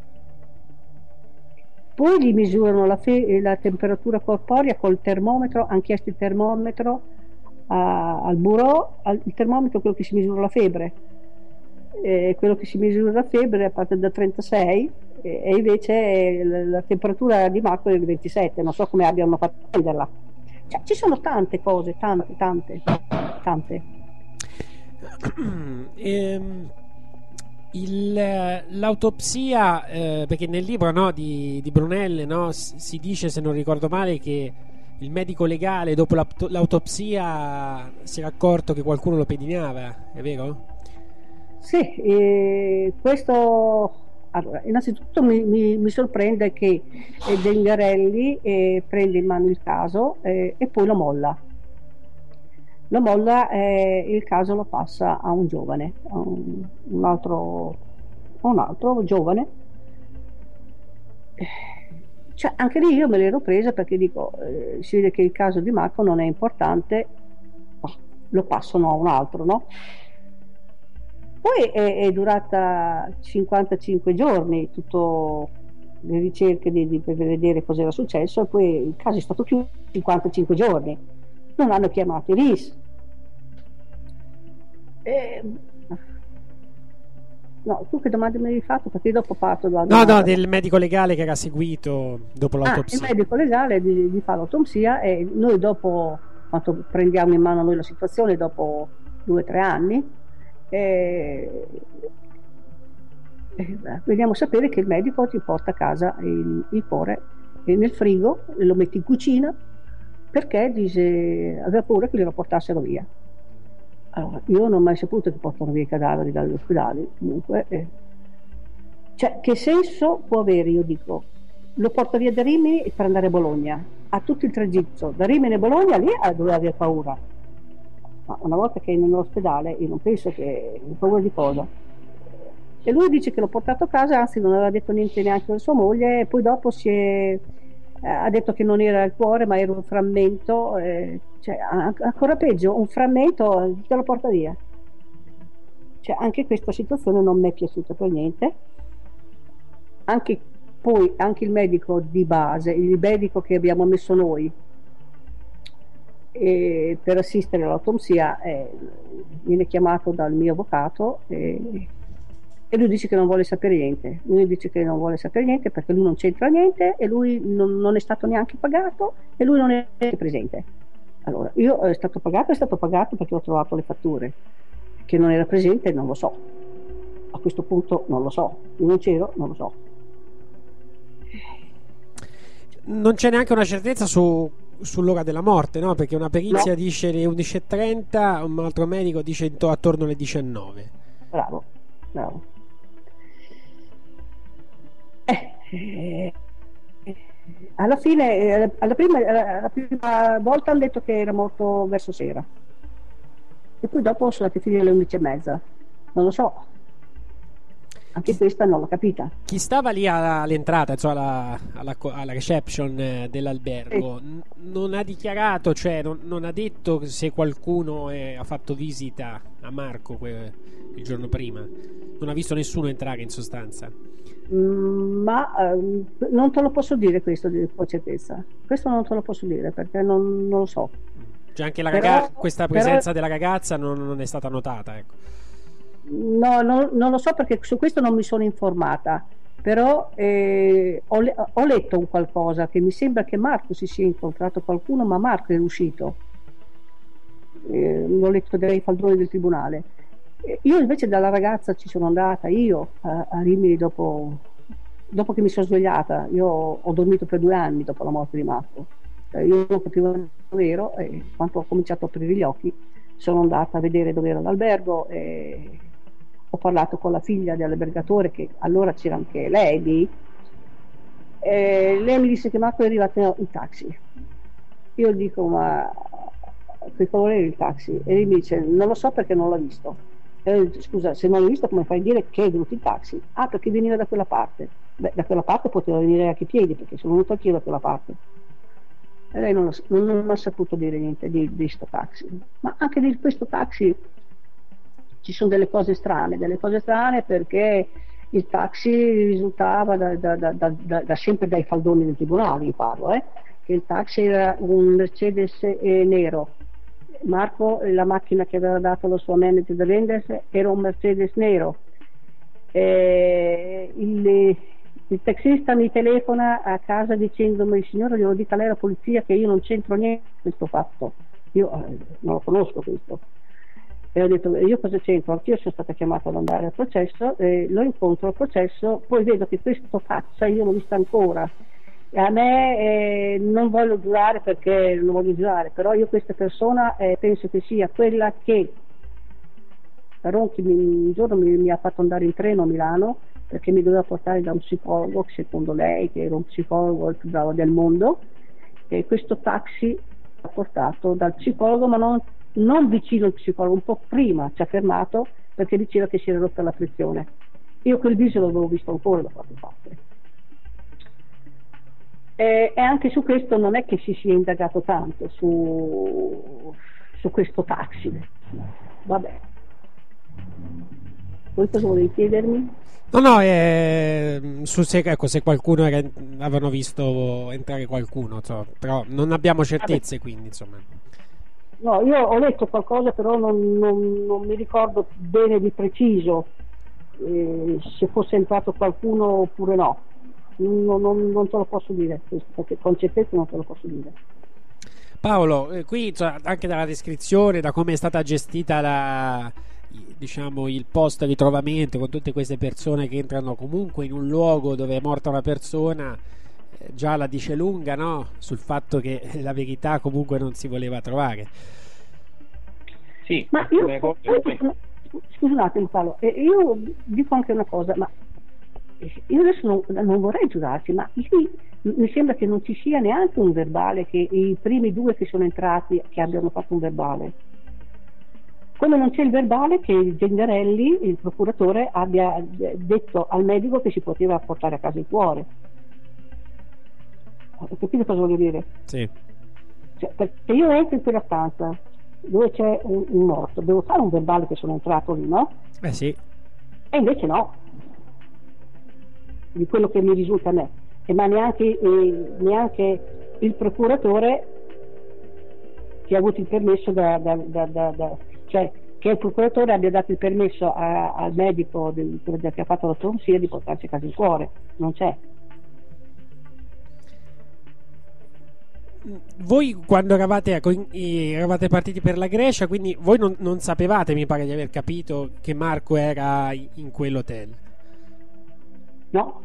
Poi gli misurano la temperatura corporea col termometro, hanno chiesto il termometro al bureau, il termometro è quello che si misura la febbre, quello che si misura la febbre a parte da 36 e invece la temperatura di Marco è 27, non so come abbiano fatto a prenderla. Cioè, ci sono tante cose, tante. L'autopsia, perché nel libro, no, di Brunelle, no, si dice, se non ricordo male, che il medico legale dopo l'autopsia si era accorto che qualcuno lo pedinava, è vero? Sì, questo, allora, innanzitutto mi sorprende che Zengarelli prende in mano il caso e poi lo molla. Il caso lo passa a un giovane, a un altro giovane. Cioè, anche lì io me l'ero presa perché dico, si vede che il caso di Marco non è importante, lo passano a un altro, no? Poi è durata 55 giorni tutto le ricerche per vedere cosa era successo, e poi il caso è stato chiuso 55 giorni. Non hanno chiamato i RIS. No, tu che domande mi hai fatto? Perché dopo parto da... No, del medico legale che era seguito dopo l'autopsia. Il medico legale gli fa l'autopsia e noi dopo, quando prendiamo in mano noi la situazione, dopo 2 o 3 anni, veniamo a sapere che il medico ti porta a casa il cuore nel frigo e lo mette in cucina, perché dice aveva paura che glielo portassero via. Allora, io non ho mai saputo che portano via i cadaveri dagli ospedali, comunque. Cioè, che senso può avere, io dico, lo porta via da Rimini per andare a Bologna, ha tutto il tragitto, da Rimini a Bologna, lì doveva avere paura. Ma una volta che è nell'ospedale, io non penso che ha paura di cosa. E lui dice che l'ho portato a casa, anzi non aveva detto niente neanche a sua moglie, e poi dopo ha detto che non era il cuore ma era un frammento, cioè, ancora peggio, un frammento te lo porta via. Cioè, anche questa situazione non mi è piaciuta per niente. Anche il medico di base, il medico che abbiamo messo noi per assistere all'autopsia, viene chiamato dal mio avvocato e lui dice che non vuole sapere niente. Lui dice che non vuole sapere niente perché lui non c'entra niente e lui non è stato neanche pagato e lui non è presente. Allora, io è stato pagato perché ho trovato le fatture. Che non era presente non lo so. A questo punto non lo so. Io non c'ero, non lo so. Non c'è neanche una certezza sull'ora della morte, no? Perché una perizia dice le 11:30, un altro medico dice attorno alle 19. Bravo. Alla fine, la prima volta hanno detto che era morto verso sera e poi dopo sono andati a finire alle 11:30. Non lo so. Anche questa non l'ho capita. Chi stava lì all'entrata, insomma, alla reception dell'albergo, non ha dichiarato, cioè non ha detto se qualcuno ha fatto visita a Marco il giorno prima. Non ha visto nessuno entrare, in sostanza. Ma non te lo posso dire questo con certezza. Questo non te lo posso dire perché non lo so. Cioè anche questa presenza della ragazza non è stata notata, ecco. No, non lo so perché su questo non mi sono informata, però ho letto un qualcosa che mi sembra che Marco si sia incontrato qualcuno, ma Marco è uscito. L'ho letto dai faldoni del tribunale. Io invece dalla ragazza ci sono andata io a Rimini dopo che mi sono svegliata. Io ho dormito per 2 anni dopo la morte di Marco. Io non capivo vero, e quando ho cominciato a aprire gli occhi sono andata a vedere dove era l'albergo e ho parlato con la figlia dell'albergatore, che allora c'era anche lei lì, e lei mi disse che Marco è arrivato in taxi. Io dico: ma che colore è il taxi? E lei mi dice: non lo so perché non l'ho visto. E io dico: scusa, se non l'ho visto come fai a dire che è venuto in taxi? Ah, perché veniva da quella parte. Beh, da quella parte poteva venire anche i piedi, perché sono venuto anch'io da quella parte. E lei non ha saputo dire niente di sto taxi. Ma anche di questo taxi ci sono delle cose strane perché il taxi risultava da sempre dai faldoni del tribunale, vi parlo, che il taxi era un Mercedes nero. Marco, la macchina che aveva dato la sua manager da vendere era un Mercedes nero. Il taxista mi telefona a casa dicendomi: signora, glielo dica lei alla polizia che io non c'entro niente in questo fatto. Io non lo conosco questo. E ho detto: io cosa c'entro? Anch'io sono stata chiamata ad andare al processo, lo incontro al processo, poi vedo che questo faccia, io l'ho vista ancora. A me non voglio giurare perché non voglio giurare, però io questa persona penso che sia quella che Ronchi un giorno mi ha fatto andare in treno a Milano perché mi doveva portare da un psicologo, secondo lei che era un psicologo il più bravo del mondo, e questo taxi ha portato dal psicologo, ma non vicino al psicologo, un po' prima ci ha fermato perché diceva che si era rotta la frizione. Io quel viso l'avevo visto ancora da qualche parte. E anche su questo non è che si sia indagato tanto su questo taxi. Vabbè. Voi cosa volevi chiedermi? No, se qualcuno avevano visto entrare qualcuno, insomma, però non abbiamo certezze, quindi insomma. No, io ho letto qualcosa, però non mi ricordo bene di preciso se fosse entrato qualcuno oppure no. Non te lo posso dire, perché con certezza non te lo posso dire. Paolo, qui anche dalla descrizione, da come è stata gestita il post ritrovamento, con tutte queste persone che entrano comunque in un luogo dove è morta una persona, già la dice lunga, no? Sul fatto che la verità comunque non si voleva trovare. Sì, ma scusa un attimo Paolo, io dico anche una cosa, ma io adesso non vorrei giurarci, ma lì mi sembra che non ci sia neanche un verbale, che i primi 2 che sono entrati che abbiano fatto un verbale, come non c'è il verbale che il Gengarelli, il procuratore, abbia detto al medico che si poteva portare a casa il cuore. Capite cosa voglio dire? Sì. Cioè, perché io entro in quella stanza dove c'è un morto, devo fare un verbale che sono entrato lì, no? Sì. E invece no, di quello che mi risulta a me, ma neanche il procuratore che ha avuto il permesso cioè che il procuratore abbia dato il permesso al medico che ha fatto l'autopsia di portarsi a casa il cuore, non c'è. Voi quando eravate partiti per la Grecia, quindi voi non sapevate, mi pare di aver capito, che Marco era in quell'hotel? No,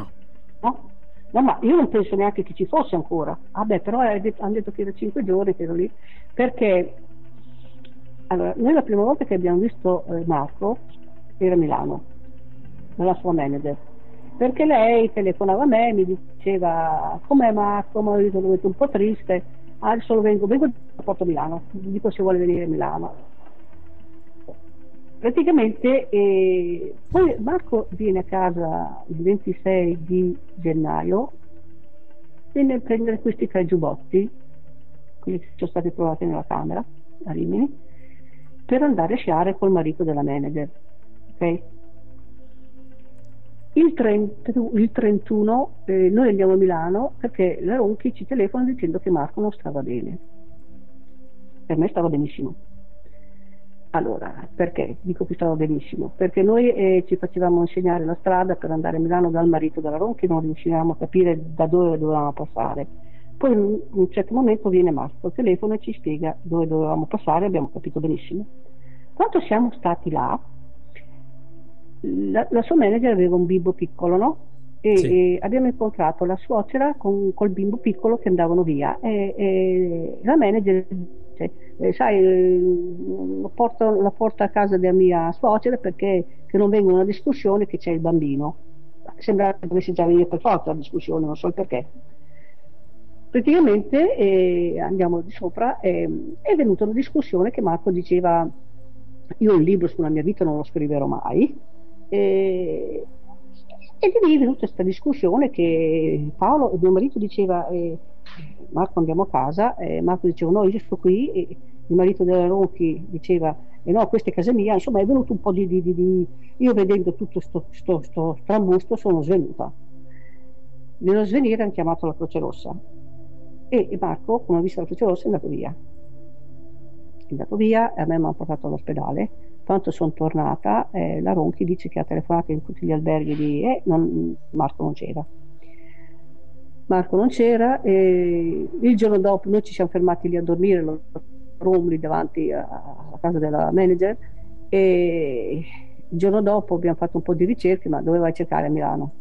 ma io non penso neanche che ci fosse ancora. Però hanno detto che era 5 giorni che ero lì, perché allora noi la prima volta che abbiamo visto Marco era a Milano dalla sua manager, perché lei telefonava a me e mi diceva: com'è Marco? Ma io sono un po' triste, adesso vengo a Porto Milano, gli dico se vuole venire a Milano. praticamente poi Marco viene a casa il 26 di gennaio, viene a prendere questi 3 giubbotti, quelli che sono stati trovati nella camera a Rimini, per andare a sciare col marito della manager. Ok? Il 31 noi andiamo a Milano perché la Ronchi ci telefona dicendo che Marco non stava bene. Per me stava benissimo. Allora, perché dico che stava benissimo? Perché noi ci facevamo insegnare la strada per andare a Milano dal marito della Ronchi, non riuscivamo a capire da dove dovevamo passare. Poi in un certo momento viene Marco al telefono e ci spiega dove dovevamo passare, abbiamo capito benissimo. Quando siamo stati là, la sua manager aveva un bimbo piccolo, no? E abbiamo incontrato la suocera col bimbo piccolo che andavano via e la manager dice, sai, la porto a casa della mia suocera perché che non venga una discussione che c'è il bambino. Sembra che dovesse già venire per forza la discussione, non so il perché. Praticamente andiamo di sopra, è venuta una discussione che Marco diceva: io un libro sulla mia vita non lo scriverò mai, e di lì è venuta questa discussione che Paolo, mio marito, diceva Marco andiamo a casa, Marco diceva no, io sto qui, e il marito della Ronchi diceva no, questa è casa mia. Insomma è venuto un po' di io vedendo tutto sto trambusto sono svenuta. Nello svenire hanno chiamato la Croce Rossa e Marco, come ha visto la Croce Rossa, è andato via e a me mi hanno portato all'ospedale. Quando sono tornata la Ronchi dice che ha telefonato in tutti gli alberghi Marco non c'era e il giorno dopo noi ci siamo fermati lì a dormire lì davanti alla casa della manager e il giorno dopo abbiamo fatto un po' di ricerche, ma dove vai a cercare a Milano?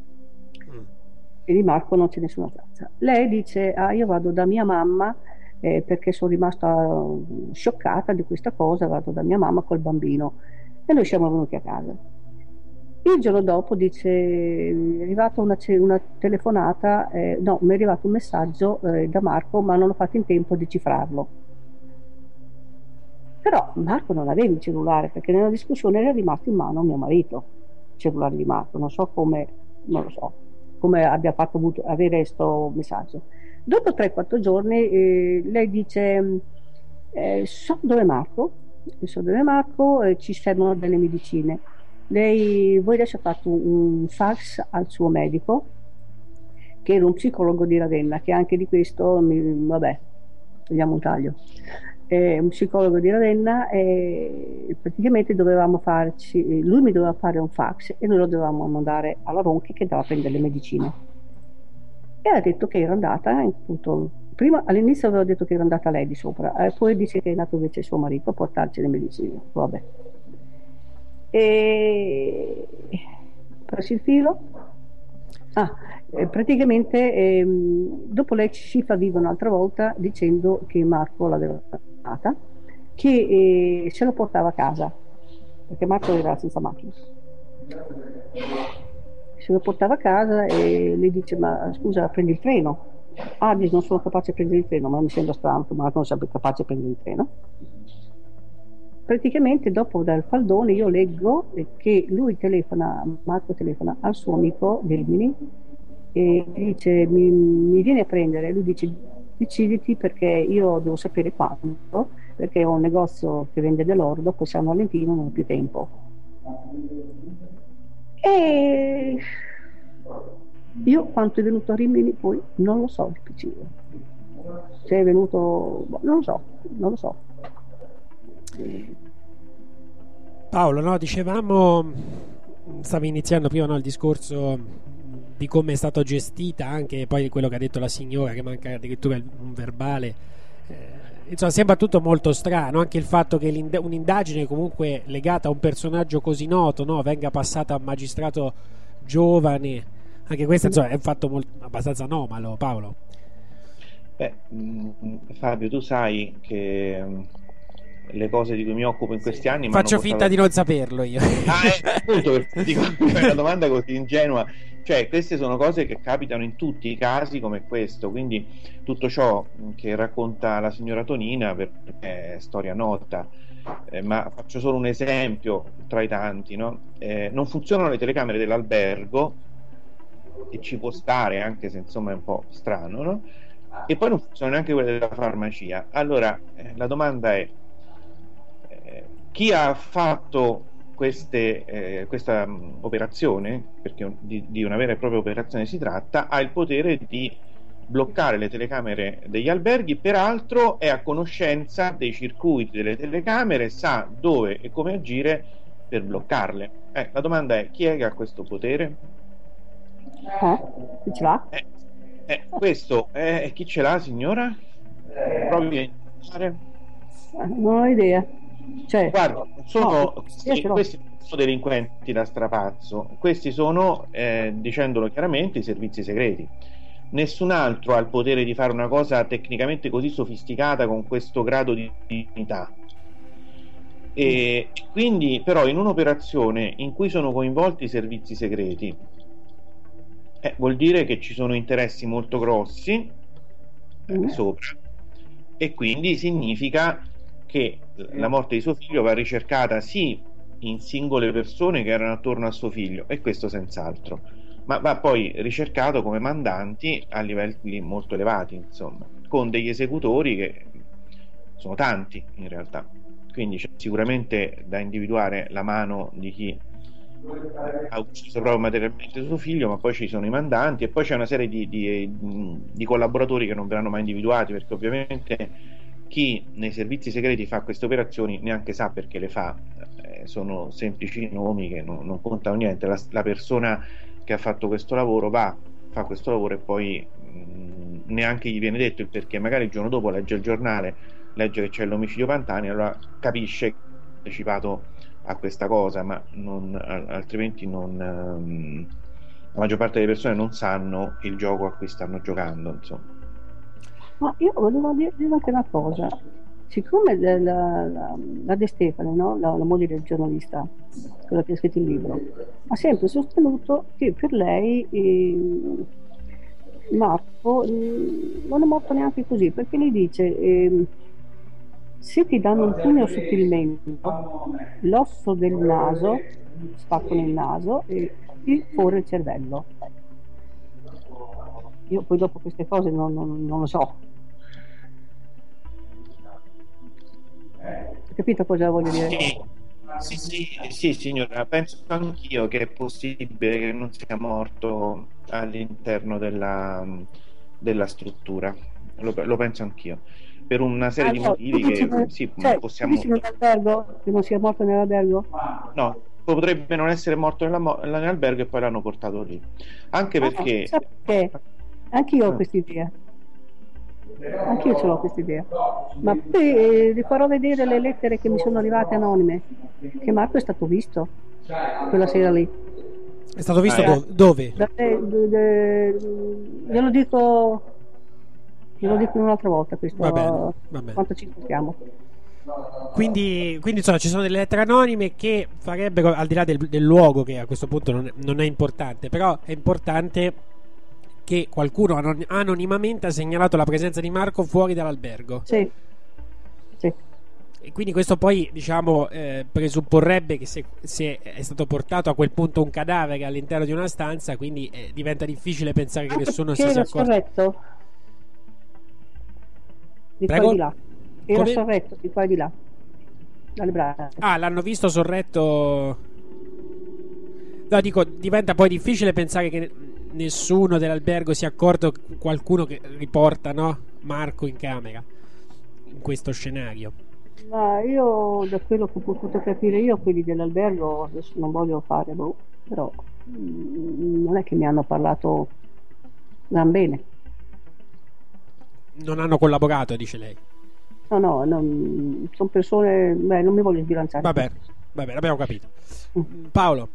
E di Marco non c'è nessuna traccia. Lei dice io vado da mia mamma perché sono rimasta scioccata di questa cosa, vado da mia mamma col bambino e noi siamo venuti a casa. Il giorno dopo dice è arrivata una telefonata, no, mi è arrivato un messaggio da Marco, ma non ho fatto in tempo a decifrarlo. Però Marco non aveva il cellulare perché nella discussione era rimasto in mano mio marito, il cellulare di Marco, non so come abbia fatto avere questo messaggio. Dopo 3-4 giorni lei dice so dove è Marco, ci servono delle medicine. Voi adesso ha fatto un fax al suo medico che era un psicologo di Ravenna, che anche di questo togliamo un taglio, un psicologo di Ravenna e praticamente lui mi doveva fare un fax e noi lo dovevamo mandare alla Ronchi che andava a prendere le medicine. E ha detto che era andata, appunto, prima all'inizio aveva detto che era andata lei di sopra, poi dice che è andato invece suo marito a portarci le medicine. Vabbè. E perso il filo. Praticamente dopo lei si fa viva un'altra volta dicendo che Marco l'aveva fatta, che se lo portava a casa perché Marco era senza macchina. Se lo portava a casa e lei dice ma scusa, prendi il treno. Dice non sono capace di prendere il treno, ma mi sembra strano che Marco non sia capace di prendere il treno. Praticamente dopo dal faldone io leggo che Marco telefona al suo amico Rimini e dice mi viene a prendere. Lui dice deciditi perché io devo sapere quando, perché ho un negozio che vende dell'oro, dopo San Valentino non ho più tempo. E io quanto è venuto a Rimini poi non lo so di preciso, se è venuto non lo so. Paolo, no, dicevamo, stavi iniziando prima, no, il discorso di come è stato gestita, anche poi quello che ha detto la signora, che manca addirittura un verbale, insomma sembra tutto molto strano, anche il fatto che un'indagine comunque legata a un personaggio così noto, no, venga passata a un magistrato giovane, anche questo insomma è un fatto abbastanza anomalo. Paolo? Fabio, tu sai che le cose di cui mi occupo in questi anni. Faccio finta di non saperlo io. Appunto, dico, è una domanda così ingenua. Cioè, queste sono cose che capitano in tutti i casi come questo, quindi tutto ciò che racconta la signora Tonina per me è storia nota. Ma faccio solo un esempio tra i tanti, no? Non funzionano le telecamere dell'albergo, e ci può stare, anche se insomma è un po' strano, no? E poi non funzionano neanche quelle della farmacia. Allora la domanda è: chi ha fatto questa operazione, perché di una vera e propria operazione si tratta, ha il potere di bloccare le telecamere degli alberghi, peraltro è a conoscenza dei circuiti delle telecamere, sa dove e come agire per bloccarle. La domanda è: chi è che ha questo potere? Chi ce l'ha? Questo chi ce l'ha, signora? Provi a indicare. Non ho idea. Cioè, guarda, questi sono delinquenti da strapazzo, questi sono, dicendolo chiaramente, i servizi segreti. Nessun altro ha il potere di fare una cosa tecnicamente così sofisticata con questo grado di dignità. E quindi, però, in un'operazione in cui sono coinvolti i servizi segreti, vuol dire che ci sono interessi molto grossi sopra, e quindi significa che la morte di suo figlio va ricercata sì in singole persone che erano attorno a suo figlio, e questo senz'altro, ma va poi ricercato come mandanti a livelli molto elevati, insomma, con degli esecutori che sono tanti in realtà. Quindi c'è sicuramente da individuare la mano di chi ha ucciso proprio materialmente suo figlio, ma poi ci sono i mandanti, e poi c'è una serie di collaboratori che non verranno mai individuati, perché ovviamente chi nei servizi segreti fa queste operazioni neanche sa perché le fa. Sono semplici nomi che non contano niente. La persona che ha fatto questo lavoro fa questo lavoro, e poi neanche gli viene detto il perché. Magari il giorno dopo legge il giornale, legge che c'è l'omicidio Pantani, allora capisce che ha partecipato a questa cosa, ma altrimenti la maggior parte delle persone non sanno il gioco a cui stanno giocando, insomma. Ma io volevo dire anche una cosa. Siccome la De Stefani, no? la moglie del giornalista, quella che ha scritto il libro, ha sempre sostenuto che per lei Marco non è morto neanche così, perché lei dice se ti danno un pugno sottilmente, l'osso del naso, spaccano il naso e ti fuori il cervello. Io poi dopo queste cose non lo so. Hai capito cosa voglio dire? Sì, signora, penso anch'io che è possibile che non sia morto all'interno della struttura. Lo penso anch'io, per una serie di motivi che possiamo. Che non sia morto nell'albergo? No, potrebbe non essere morto nell'albergo e poi l'hanno portato lì. Anche perché anch'io ho questa idea. Anch'io ce l'ho questa idea. Ma poi vi farò vedere le lettere che mi sono arrivate anonime, che Marco è stato visto quella sera lì. È stato visto dove? Glielo dico un'altra volta questo. Va bene. Quanto ci incontriamo. Quindi insomma ci sono delle lettere anonime che farebbero, al di là del luogo, che a questo punto non è importante, però è importante che qualcuno anonimamente ha segnalato la presenza di Marco fuori dall'albergo. Sì. E quindi questo poi, diciamo, presupporrebbe che se è stato portato a quel punto un cadavere all'interno di una stanza, quindi diventa difficile pensare che nessuno si sia accorto. Sorretto di qua e di là. Era sorretto di qua e di là dalle braccia. L'hanno visto sorretto. No, dico, diventa poi difficile pensare che nessuno dell'albergo si è accorto, qualcuno che riporta, no, Marco in camera in questo scenario. Ma io, da quello che ho potuto capire io, quelli dell'albergo, adesso non voglio fare però non è che mi hanno parlato gran bene. Non hanno collaborato, dice lei? No, sono persone, non mi voglio sbilanciare. Vabbè, l'abbiamo capito. Paolo.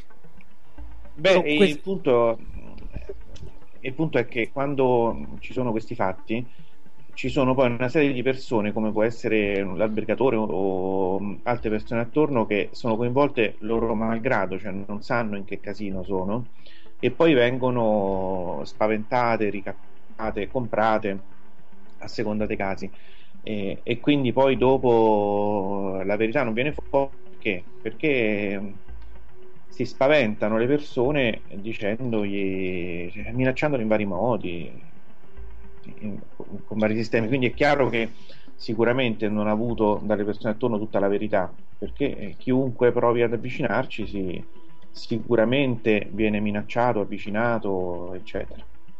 Il punto è che quando ci sono questi fatti, ci sono poi una serie di persone, come può essere l'albergatore o altre persone attorno, che sono coinvolte loro malgrado, cioè non sanno in che casino sono, e poi vengono spaventate, ricattate, comprate a seconda dei casi, e quindi poi dopo la verità non viene fuori. Perché si spaventano le persone dicendogli, minacciandoli in vari modi, con vari sistemi. Quindi è chiaro che sicuramente non ha avuto dalle persone attorno tutta la verità, perché chiunque provi ad avvicinarci sicuramente viene minacciato, avvicinato, eccetera.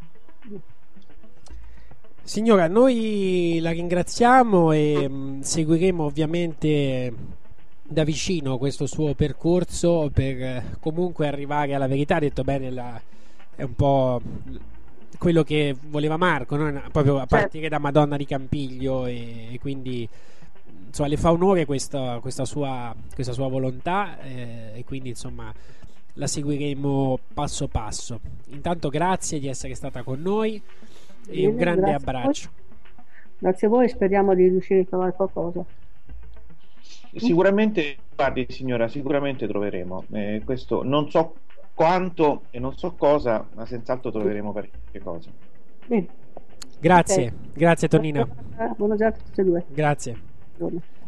Signora, noi la ringraziamo e seguiremo ovviamente da vicino questo suo percorso per comunque arrivare alla verità. Ha detto bene, è un po' quello che voleva Marco, no? Proprio a partire da Madonna di Campiglio, e quindi insomma le fa onore questa sua volontà, e quindi insomma la seguiremo passo passo. Intanto grazie di essere stata con noi e un grande abbraccio. Grazie a voi, speriamo di riuscire a trovare qualcosa. Sicuramente, guardi signora, sicuramente troveremo, questo non so quanto e non so cosa, ma senz'altro troveremo parecchie cose. Grazie, okay. Grazie Tonina. Buona giornata a tutti e due. Grazie.